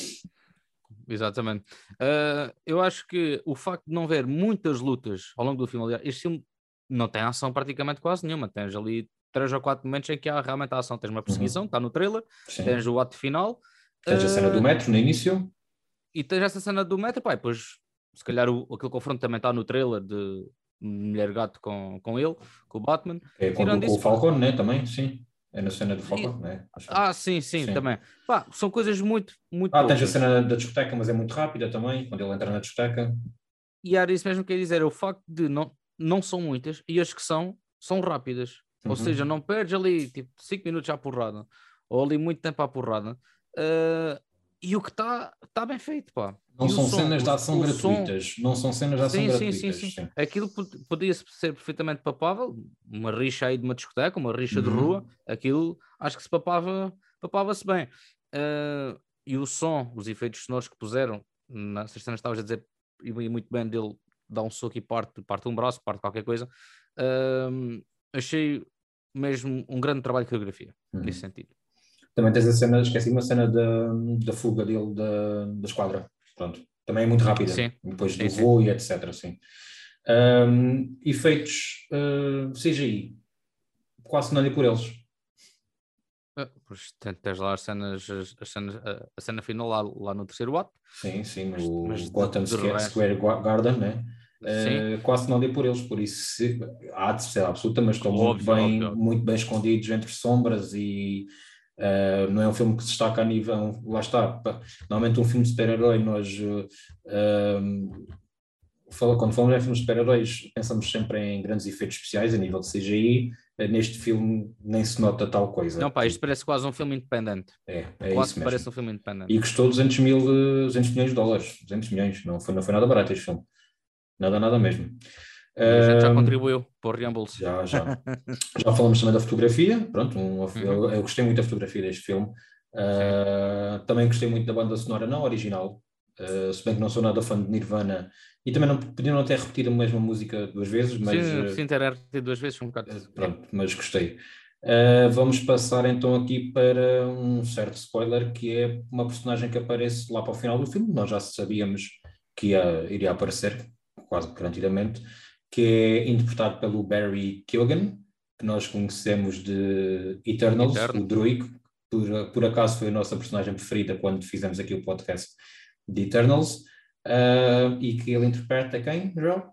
exatamente. Uh, eu acho que o facto de não haver muitas lutas ao longo do filme, aliás, este filme não tem ação praticamente quase nenhuma. Tens ali três ou quatro momentos em que há realmente a ação. Tens uma perseguição, Uhum. está no trailer, tens Sim. o ato final, Tens a cena do uh, metro no início? e tens essa cena do metro, pá, e depois se calhar o, aquele confronto também está no trailer de Mulher Gato com, com ele, com o Batman. É com, Tirando com o isso, pá, Falcone, né? Também, sim. É na cena do e- Falcone, né? Acho eu. ah, sim, sim, Sim. também. Pá, são coisas muito, muito Ah, tens a poucas. cena da discoteca, mas é muito rápida também, quando ele entra na discoteca. E era isso mesmo que eu ia dizer, é o facto de não, não são muitas e as que são, são rápidas. Ou seja, Uhum. não perdes ali tipo cinco minutos à porrada, ou ali muito tempo à porrada. Uh, e o que está tá bem feito, pá. Não E o são som, cenas o, de ação o som, gratuitas. Não são cenas de ação sim, sim, sim, gratuitas. sim. Sim. Aquilo pod- podia ser perfeitamente papável, uma rixa aí de uma discoteca, uma rixa de rua, Uhum. aquilo acho que se papava, papava-se bem. Uh, e o som, os efeitos sonoros que puseram, nessas cenas estavas a dizer, e muito bem dele dá um soco e parte, parte um braço, parte qualquer coisa. Uh, achei mesmo um grande trabalho de coreografia, nesse Uhum. sentido. Também tens a cena, esqueci uma cena da, da fuga dele da, da esquadra. Pronto. Também é muito rápida. Sim, Depois do sim, sim. voo e etc. Sim. Um, efeitos uh, C G I. Quase não olhei por eles. Ah, pois tem- tens lá as cenas, as, as cenas, a, a cena final lá, lá no terceiro ato, Sim, sim, mas, no mas de, Gotham de Squa- resto, Square Garden, né? sim, Uh, quase não dei por eles, por isso se- há de ser absoluta, mas estão muito óbvio, bem, óbvio, óbvio. muito bem escondidos entre sombras e uh, não é um filme que se destaca a nível, lá está, pa- normalmente um filme de super-herói nós uh, um, fala, quando falamos em filmes de super-heróis pensamos sempre em grandes efeitos especiais a nível de C G I, uh, neste filme nem se nota tal Não, coisa, pá, isto parece quase um filme independente, é, é quase isso que mesmo. parece um filme E independente. custou duzentos mil, uh, duzentos milhões de dólares, duzentos milhões, não foi, não foi nada barato este filme. Nada, nada mesmo. E a gente já Ahm, contribuiu para o reembolso. já, já. Já falamos também da fotografia. Pronto, um- Uhum, eu, eu gostei muito da fotografia deste filme. sim. Ah, também gostei muito da banda sonora não original. Ah, se bem que não sou nada fã de Nirvana. E também não podiam não ter repetido a mesma música duas vezes, mas Sim, sim, ter R T duas vezes um bocado. ah, Yeah. pronto, mas gostei. Ah, vamos passar então aqui para um certo spoiler, que é uma personagem que aparece lá para o final do filme. Nós já sabíamos que ia, iria aparecer, quase garantidamente, que é interpretado pelo Barry Keoghan, que nós conhecemos de Eternals, o Eterno. Druig, por, por acaso foi a nossa personagem preferida quando fizemos aqui o podcast de Eternals, ah, e que ele interpreta quem, João?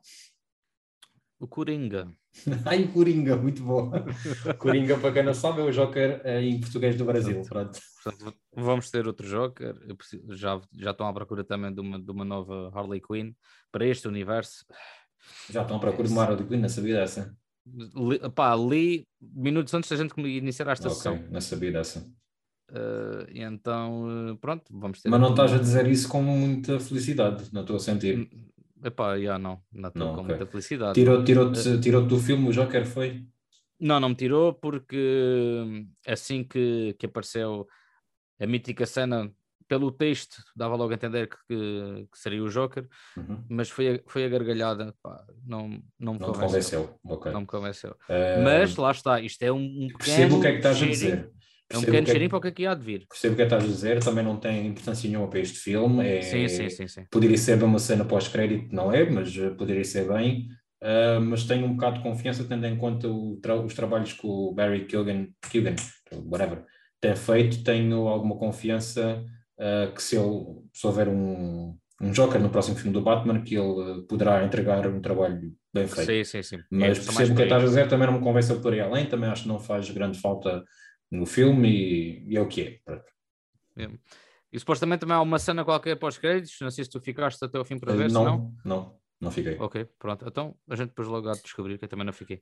O Coringa. Ai, o Coringa, muito bom. Coringa, para quem não sabe, é o Joker eh, em português do Brasil. Portanto, Pronto. portanto, vamos ter outro Joker. Eu preciso- já, já estão à procura também de uma, de uma nova Harley Quinn para este universo. Já estão à É, procura de uma Harley Quinn, não sabia dessa. li, pá, li minutos antes da gente iniciar esta Ok, sessão. não sabia dessa. Uh, e então, uh, pronto, vamos ter Mas não aqui estás a uma. dizer isso com muita felicidade, não estou a Hum, sentir. Epá, já não, não estou Não, com ok. muita felicidade, não. Tirou, Uh, tirou-te, tirou-te do filme, o Joker foi? não, não me tirou porque hum, assim que, que apareceu a mítica cena pelo texto dava logo a entender que, que, que seria o Joker, uhum. mas foi a, foi a gargalhada, pá, não, não me Não te convenceu. convenceu, ok. Não me convenceu. Uh, Mas lá está, isto é um, um percebo o que é que pequeno estás a cheirinho, dizer. é um Percebo o pequeno que é cheirinho que, para o que aqui há de vir. percebo o que é que estás a dizer, também não tem importância nenhuma para este filme. Sim, sim, É, sim, sim. poderia ser bem uma cena pós-crédito, não é, mas uh, poderia ser bem. Uh, mas tenho um bocado de confiança, tendo em conta o tra- os trabalhos que o Barry Keoghan, Keoghan, whatever, tem feito. Tenho alguma confiança uh, que se, ele, se houver um, um Joker no próximo filme do Batman, que ele uh, poderá entregar um trabalho bem feito. Sim, sim, sim. É Mas só mais percebo o por que aí. estás a dizer, também não me convence por aí além, também acho que não faz grande falta no filme e, e é o que é. Pronto. É. E supostamente também há uma cena qualquer pós-créditos, não sei se tu ficaste até ao fim para Uh, ver, se não. não, não, não fiquei. Ok, pronto. Então a gente depois logo há de descobrir, que eu também não fiquei.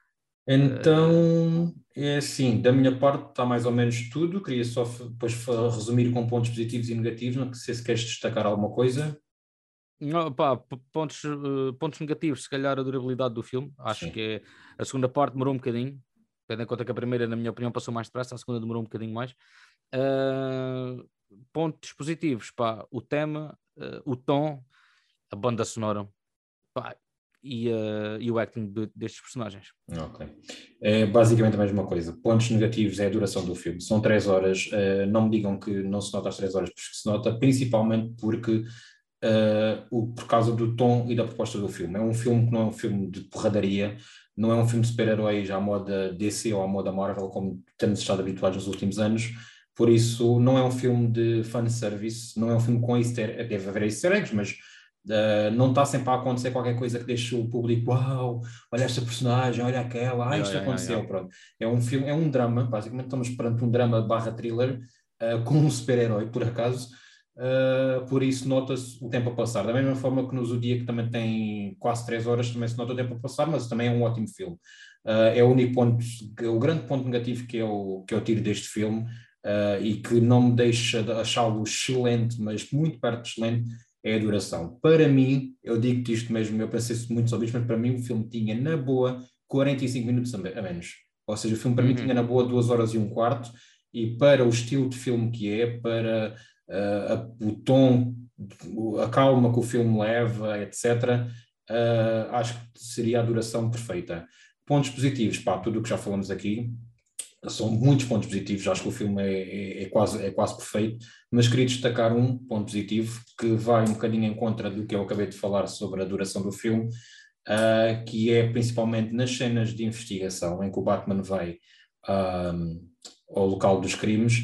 Uh, Então, é assim, da minha parte está mais ou menos tudo. Queria só f- depois fa- resumir com pontos positivos e negativos. Não sei se queres destacar alguma coisa. não, pá, p- pontos, uh, pontos negativos, se calhar a durabilidade do filme. Acho Sim. que é, a segunda parte demorou um bocadinho, tendo em conta que a primeira, na minha opinião, passou mais depressa, a segunda demorou um bocadinho mais. Uh, pontos positivos, pá, o tema, uh, o tom, a banda sonora, pá, e, uh, e o acting de- destes personagens. Ok. É basicamente a mesma coisa. Pontos negativos é a duração do filme. São três horas. Eh, não me digam que não se nota as três horas, porque se nota, principalmente porque eh, o, por causa do tom e da proposta do filme. É um filme que não é um filme de porradaria, não é um filme de super-heróis à moda D C ou à moda Marvel, como temos estado habituados nos últimos anos. Por isso, não é um filme de fanservice, não é um filme com easter eggs, deve haver easter eggs, mas Uh, não está sempre a acontecer qualquer coisa que deixe o público, uau, olha esta personagem, olha aquela, ah, Yeah, isto yeah, yeah, yeah. aconteceu, pronto. É um filme, é um drama, basicamente estamos perante um drama barra thriller uh, com um super-herói, por acaso, uh, por isso nota-se o tempo a passar. Da mesma forma que no Zodíaco também tem quase três horas, também se nota o tempo a passar, mas também é um ótimo filme. Uh, é o único ponto, o grande ponto negativo que eu, que eu tiro deste filme uh, e que não me deixa de achá-lo excelente, mas muito perto de excelente, é a duração. Para mim, eu digo-te isto mesmo, eu pensei muito sobre isto, mas para mim o filme tinha, na boa, quarenta e cinco minutos a menos. Ou seja, o filme para mim Uhum. tinha, na boa, duas horas e um quarto, e para o estilo de filme que é, para uh, a, o tom, a calma que o filme leva, etcétera, uh, acho que seria a duração perfeita. Pontos positivos, pá, tudo o que já falamos aqui, são muitos pontos positivos, acho que o filme é, é, é quase, é quase perfeito, mas queria destacar um ponto positivo que vai um bocadinho em contra do que eu acabei de falar sobre a duração do filme, uh, que é principalmente nas cenas de investigação em que o Batman vai um, ao local dos crimes.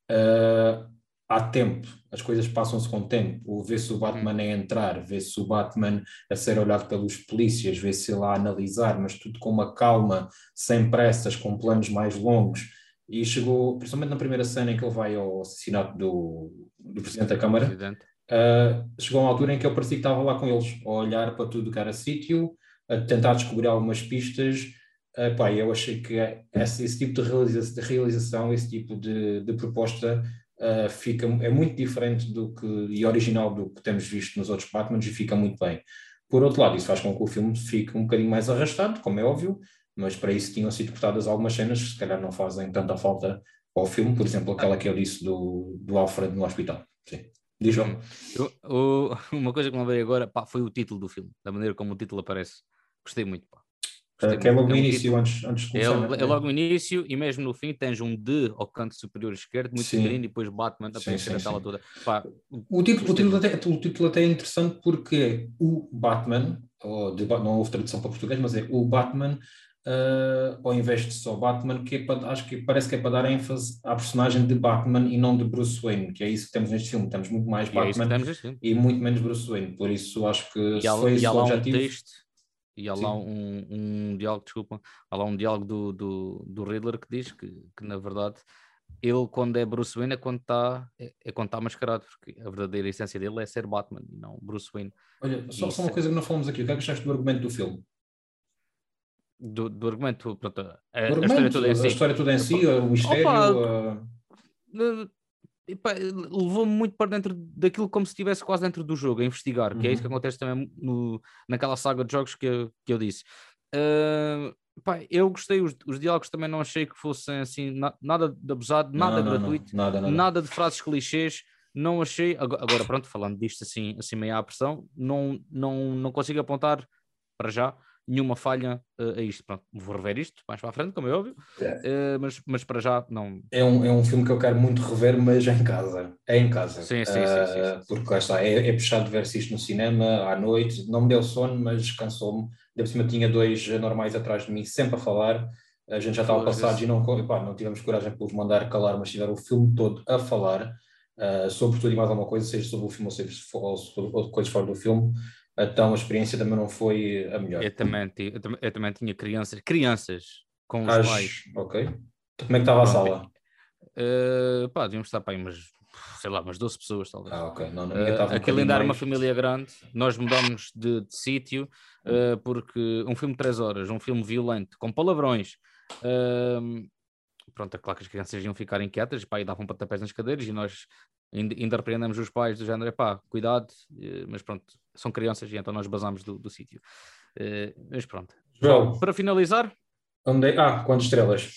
Uh, há tempo, as coisas passam-se com tempo, vê-se o Batman Uhum. a entrar, vê-se o Batman a ser olhado pelos polícias, vê-se ele a analisar, mas tudo com uma calma, sem pressas, com planos mais longos. E chegou, principalmente na primeira cena em que ele vai ao assassinato do, do Presidente da Do Câmara, presidente. uh, chegou uma altura em que eu parecia que estava lá com eles, a olhar para tudo que era sítio, a tentar descobrir algumas pistas. Uh, pá, eu achei que esse, esse tipo de, realiza de realização, esse tipo de, de proposta uh, fica, é muito diferente do que, e original do que temos visto nos outros Batmans e fica muito bem. Por outro lado, isso faz com que o filme fique um bocadinho mais arrastado, como é óbvio, mas para isso tinham sido cortadas algumas cenas que se calhar não fazem tanta falta ao filme, por exemplo, Ah, aquela que eu disse do, do Alfred no hospital. Sim. Diz, uhum. João. Eu- o- uma coisa que me veio agora, pá, foi o título do filme, da maneira como o título aparece. Gostei muito, pá. Uh, Gostei que é muito. logo É no um início, título, antes, antes de é, começar, não é é? logo no início e mesmo no fim tens um D ao canto superior esquerdo, muito pequenino, e Sim, depois Batman a sim, preencher sim, a tela sim. toda. Pá, O título, o gostei título, muito. até, o título até é interessante porque o Batman, ou de, não houve tradução para português, mas é o Batman, uh, ao invés de só Batman, que é para, acho que parece que é para dar ênfase à personagem de Batman e não de Bruce Wayne, que é isso que temos neste filme. Temos muito mais E é isso que Batman temos neste filme. e muito menos Bruce Wayne. Por isso acho que E há, se foi e há esse o lá um objetivo, texto, e há lá sim. um, um diálogo, desculpa, há lá um diálogo do, do, do Riddler que diz que, que na verdade ele, quando é Bruce Wayne, é quando está é, é quando tá mascarado, porque a verdadeira essência dele é ser Batman e não Bruce Wayne. Olha, E só, só isso, uma coisa que não falamos aqui. O que é que achaste do argumento do filme? do, do argumento, pronto, a, Do a história argumento, toda em a si. história toda em si, Epá, o mistério. opa, Uh, eh, epá, levou-me muito para dentro daquilo, como se estivesse quase dentro do jogo, a investigar, que é isso que uhum. acontece também no, naquela saga de jogos que eu, que eu disse. Uh, pá, eu gostei, os, os diálogos também não achei que fossem assim, na, nada de abusado, nada Não, não, não, gratuito, nada, nada. nada de frases clichês. não achei, agora, agora pronto, falando disto assim, assim meio à pressão, não, não, não consigo apontar para já nenhuma falha uh, a isto. Pronto, vou rever isto mais para a frente, como é óbvio, uh, mas, mas para já não. É um, é um filme que eu quero muito rever, mas em casa. É em casa. Sim, sim, sim, sim, sim, Uh, sim. porque lá está, é, é puxado ver-se isto no cinema à noite. Não me deu sono, mas cansou-me. De por cima tinha dois normais atrás de mim, sempre a falar. A gente já estava passados e não, epá, não tivemos coragem para os mandar calar, mas tiveram o filme todo a falar uh, sobre tudo e mais alguma coisa, seja sobre o filme ou seja ou sobre ou coisas fora do filme. Então a experiência também não foi a melhor. Eu também, eu, também, eu também tinha crianças, crianças com os pais. Acho, ok. Então, como é que estava a Pronto, sala? uh, pá, devíamos estar para aí umas, sei lá, umas doze pessoas, talvez. Ah, ok. Não, na minha Uh, estava um aquilo bocadinho ainda era uma mais. família grande. Nós mudámos de, de sítio uh, porque um filme de três horas, um filme violento, com palavrões. Uh, pronto, é claro que as crianças iam ficar inquietas, pá, e davam pontapés nas cadeiras e nós ainda, ainda repreendemos os pais do género, pá, cuidado, uh, mas pronto, são crianças e então nós basámos do, do sítio. Uh, mas pronto. Pessoal, João, para finalizar, onde é... Ah, quantas estrelas?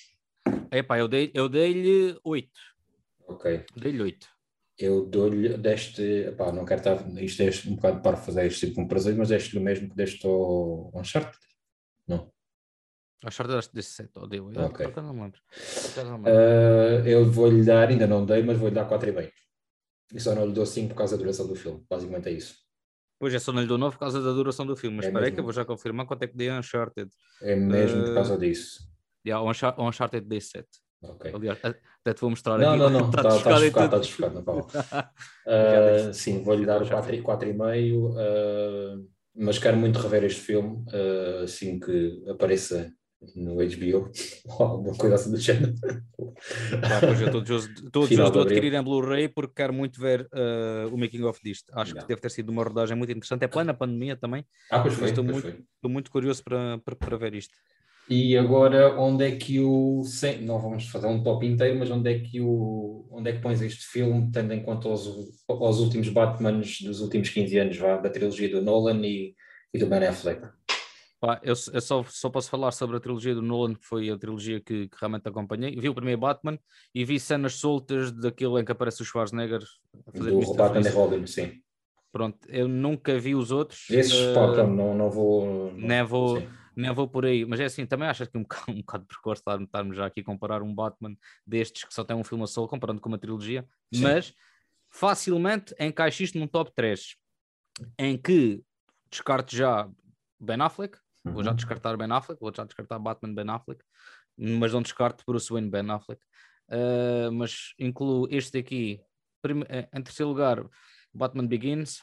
epá, eu dei, eu dei-lhe oito. Ok. Dei-lhe oito. Eu dou-lhe deste. Epá, não quero estar. Isto é um bocado para fazer este tipo de um prazer, mas deste-lhe o mesmo que deste ao Uncharted? Não. A sorte desse sete, ou deu. Ah, Ok. por acaso não me lembro. Por acaso não me lembro. Uh, eu vou-lhe dar, ainda não dei, mas vou-lhe dar quatro e meio. E só não lhe dou cinco por causa da duração do filme. Basicamente é isso. Pois é, só não lhe dou nove por causa da duração do filme, mas É espera aí que eu mesmo, vou já confirmar quanto é que dei a Uncharted. é mesmo por Uh, causa disso. yeah, o Unchar- o Uncharted dei sete. Ok. Aliás, até te vou mostrar Não, aqui, não, não. está Está tá desfocado em desfocado, está tudo. desfocado, não fala. Já dei Uh, sete. sim, vou-lhe dar o Já foi. quatro e meio, uh, mas quero muito rever este filme uh, assim que apareça no H B O ou alguma coisa assim do género. Pá, pois eu todos os, todos Final os de dou a abril. adquirir em Blu-ray porque quero muito ver uh, o making of disto. Acho que Yeah. deve ter sido uma rodagem muito interessante. É plena pandemia também, Ah, pois por isso foi, estou pois muito, foi. estou muito curioso para, para, para ver isto. E agora, onde é que o. Sem, não vamos fazer um top inteiro, mas onde é que o. Onde é que pões este filme, tendo em conta os, os últimos Batmans dos últimos quinze anos, vá, da trilogia do Nolan e, e do Ben Affleck? Pá, eu, eu só, só posso falar sobre a trilogia do Nolan, que foi a trilogia que, que realmente acompanhei. Vi o primeiro Batman e vi cenas soltas daquilo em que aparece o Schwarzenegger a fazer Do mister Batman e Freeze. Robin, sim. Pronto, eu nunca vi os outros, Esses, pá, uh, pronto, não, não vou. Não, nem vou, sim. nem vou por aí. Mas é assim, também acho que um bocado, um bocado de precoce estar- estarmos já aqui a comparar um Batman destes que só tem um filme a solo, comparando com uma trilogia. Sim. Mas facilmente encaixo isto num top três, em que descarto já Ben Affleck. Vou já Uhum. descartar Ben Affleck, vou já descartar Batman Ben Affleck, mas não descarto Bruce Wayne Ben Affleck. Uh, mas incluo este aqui prime- em terceiro lugar, Batman Begins.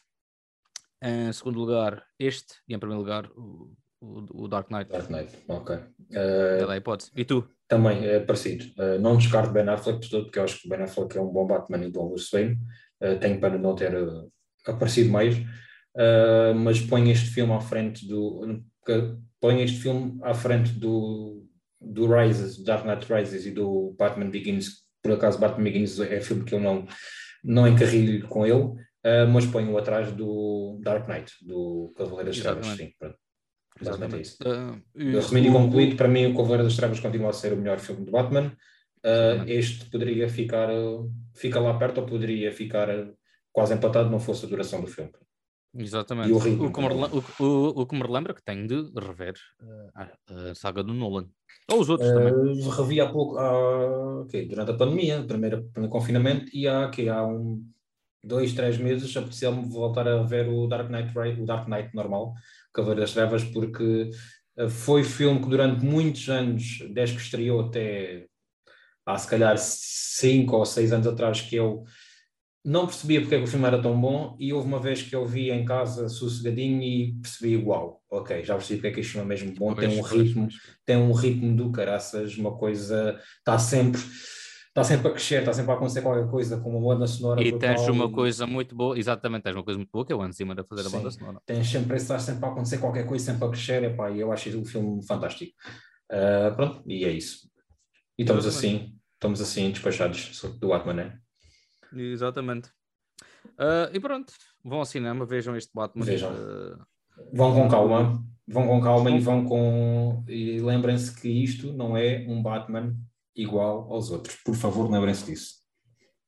Em segundo lugar, este. E em primeiro lugar, o, o, o Dark Knight. Dark Knight, ok. Já Uh, dá a hipótese. E tu? também é parecido. Uh, não descarto Ben Affleck de todo, porque eu acho que o Ben Affleck é um bom Batman e um bom Bruce Wayne. Uh, tenho pena de não ter uh, aparecido mais. Uh, mas põe este filme à frente do. Põe este filme à frente do, do Rises, Dark Knight Rises e do Batman Begins. Por acaso, Batman Begins é filme que eu não, não encarrilho com ele, uh, mas ponho-o atrás do Dark Knight, do Cavaleiro das Trevas. Exatamente. Sim, pronto. Basicamente é Exatamente. isso. Uh, Resumindo e o, o, concluído, para mim o Cavaleiro das Trevas continua a ser o melhor filme de Batman. Uh, exatamente. este poderia ficar, uh, fica lá perto ou poderia ficar uh, quase empatado, não fosse a duração do filme. E o Exatamente. O ritmo, que me, como é rela- óbvio. o, o, o que me relembra que tenho de rever uh, a, a saga do Nolan. Ou os outros também. Uh, revi há pouco, há, okay, durante a pandemia, primeiro, primeiro confinamento, e há, okay, há um, dois, três meses apeteceu-me voltar a ver o Dark Knight, o Dark Knight normal, Cavaleiro das Trevas, porque uh, foi filme que durante muitos anos, desde que estreou até há se calhar cinco ou seis anos atrás, que eu não percebia porque é que o filme era tão bom, e houve uma vez que eu vi em casa sossegadinho e percebi, uau, ok, já percebi porque é que este filme é mesmo bom, tem um Pois, pois, ritmo, pois. tem um ritmo do caraças, uma coisa, está sempre, está sempre a crescer, está sempre a acontecer qualquer coisa, com uma banda sonora E tens brutal uma e coisa muito boa, exatamente, tens uma coisa muito boa que é o Hans Zimmer a fazer a banda sim, sonora. tens sempre, está sempre a acontecer qualquer coisa, sempre a crescer, epá, e eu acho o filme fantástico. Uh, pronto, e é isso. E estamos Exatamente. assim, estamos assim despachados do Batman, né? Exatamente. Uh, e pronto, vão ao cinema, vejam este Batman. Vejam. Uh, Vão com o, calma, vão com calma e com, vão com. E lembrem-se que isto não é um Batman igual aos outros. Por favor, lembrem-se disso.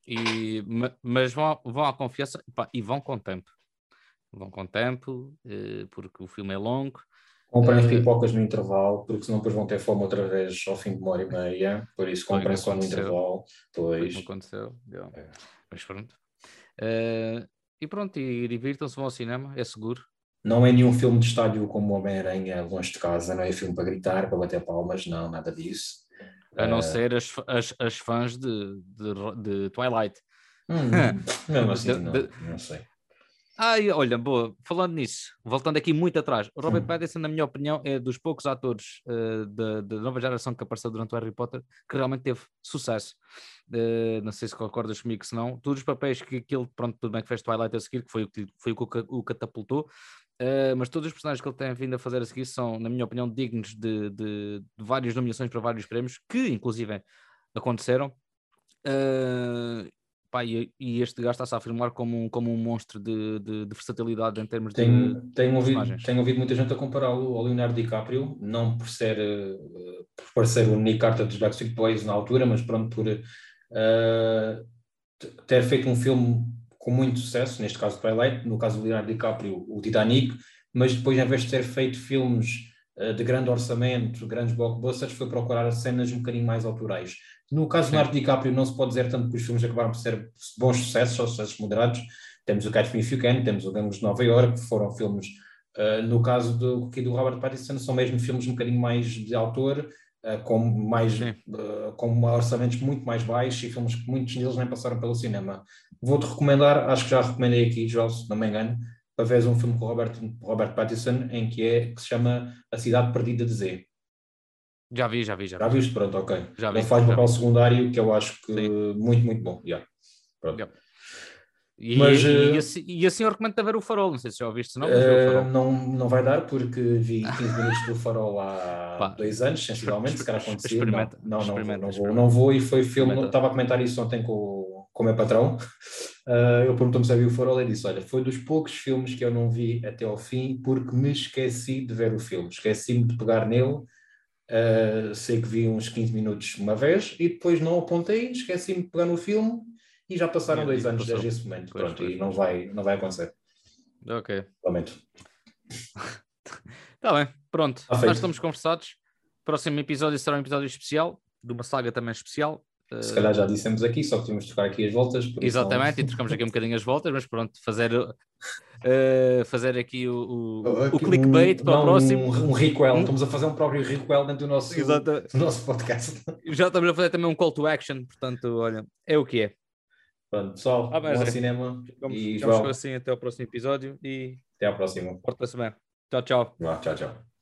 E, mas vão, vão à confiança, pá, e vão com tempo. Vão com tempo, uh, porque o filme é longo. Comprem as Uh, pipocas no intervalo, porque senão depois vão ter fome outra vez ao fim de uma hora e meia. Por isso, comprem só no intervalo. Foi Pois. como aconteceu. É. Mas pronto. Uh, e pronto, e divirtam-se, vão ao cinema, é seguro. Não é nenhum filme de estádio como o Homem-Aranha longe de casa, não é filme para gritar, para bater palmas, não, nada disso. A não uh... ser as, as, as fãs de, de, de Twilight. Hum, mesmo assim, de, não, de... não sei. Ai, olha, boa, falando nisso, voltando aqui muito atrás, o Robert hum. Pattinson, na minha opinião, é dos poucos atores uh, da, da nova geração que apareceu durante o Harry Potter que realmente teve sucesso. Uh, não sei se concordas comigo, se não. Todos os papéis que, que ele, pronto, tudo bem que fez Twilight a seguir, que foi, foi o que o catapultou, uh, mas todos os personagens que ele tem vindo a fazer a seguir são, na minha opinião, dignos de, de, de várias nomeações para vários prémios, que inclusive aconteceram. Uh, Pá, e, e este gajo está-se a afirmar como um, como um monstro de, de, de versatilidade em termos tenho, de tenho ouvido, personagens. Tenho ouvido muita gente a compará-lo ao Leonardo DiCaprio, não por ser, uh, por parecer o Nick Carter dos Backstreet Boys na altura, mas pronto, por uh, ter feito um filme com muito sucesso, neste caso Twilight, no caso do Leonardo DiCaprio, o Titanic, mas depois, em vez de ter feito filmes uh, de grande orçamento, grandes blockbusters, foi procurar cenas um bocadinho mais autorais. No caso do Leonardo DiCaprio, não se pode dizer tanto que os filmes acabaram por ser bons sucessos, ou sucessos moderados. Temos o Catch Me If You Can, temos o Gangues de Nova Iorque, que foram filmes, uh, no caso do, aqui do Robert Pattinson, são mesmo filmes um bocadinho mais de autor, uh, com, mais, uh, com orçamentos muito mais baixos e filmes que muitos deles nem passaram pelo cinema. Vou-te recomendar, acho que já recomendei aqui, Joel, se não me engano, para veres um filme com o Robert, Robert Pattinson, em que, é, que se chama A Cidade Perdida de Z. Já vi, já vi, já vi. Já viste? Pronto, ok. Já vi, ele faz um papel vi. secundário que eu acho que Sim. muito, muito bom. Yeah. Pronto. Yeah. E, Mas, e, e, uh, assim, e assim eu recomendo-te a ver o Farol, não sei se já ouviste, não, uh, mas ver o Farol. Não, não vai dar porque vi quinze minutos do Farol há Pá, dois anos, sensivelmente, se calhar acontecia. Experimenta, não, não, experimenta, não, vou, experimenta. não vou e foi filme, não, estava a comentar isso ontem com, com o meu patrão. Uh, ele perguntou-me se havia o Farol e disse, olha, foi dos poucos filmes que eu não vi até ao fim porque me esqueci de ver o filme, esqueci-me de pegar nele. Uh, sei que vi uns quinze minutos uma vez e depois não apontei, esqueci-me de pegar no filme e já passaram e, dois e anos passou. Desde esse momento. Pois, Pronto, pois, e pois. Não, vai, não vai acontecer. Ok. Lamento. Está bem, pronto. Tá Nós estamos conversados. Próximo episódio será um episódio especial, de uma saga também especial. Se uh... calhar já dissemos aqui, só que tínhamos de trocar aqui as voltas. Exatamente, não... e trocamos aqui um bocadinho as voltas, mas pronto, fazer... Uh, fazer aqui o, o, aqui, o clickbait um, para não, o próximo. Um, um requel, estamos a fazer um próprio requel dentro do nosso, do nosso podcast. Já estamos a fazer também um call to action, portanto, olha, é o que é. Pronto, pessoal, ah, bom é. cinema. Vamos, e vamos assim até ao próximo episódio e até à próxima. Porta-se bem. Tchau, tchau. Ah, tchau, tchau.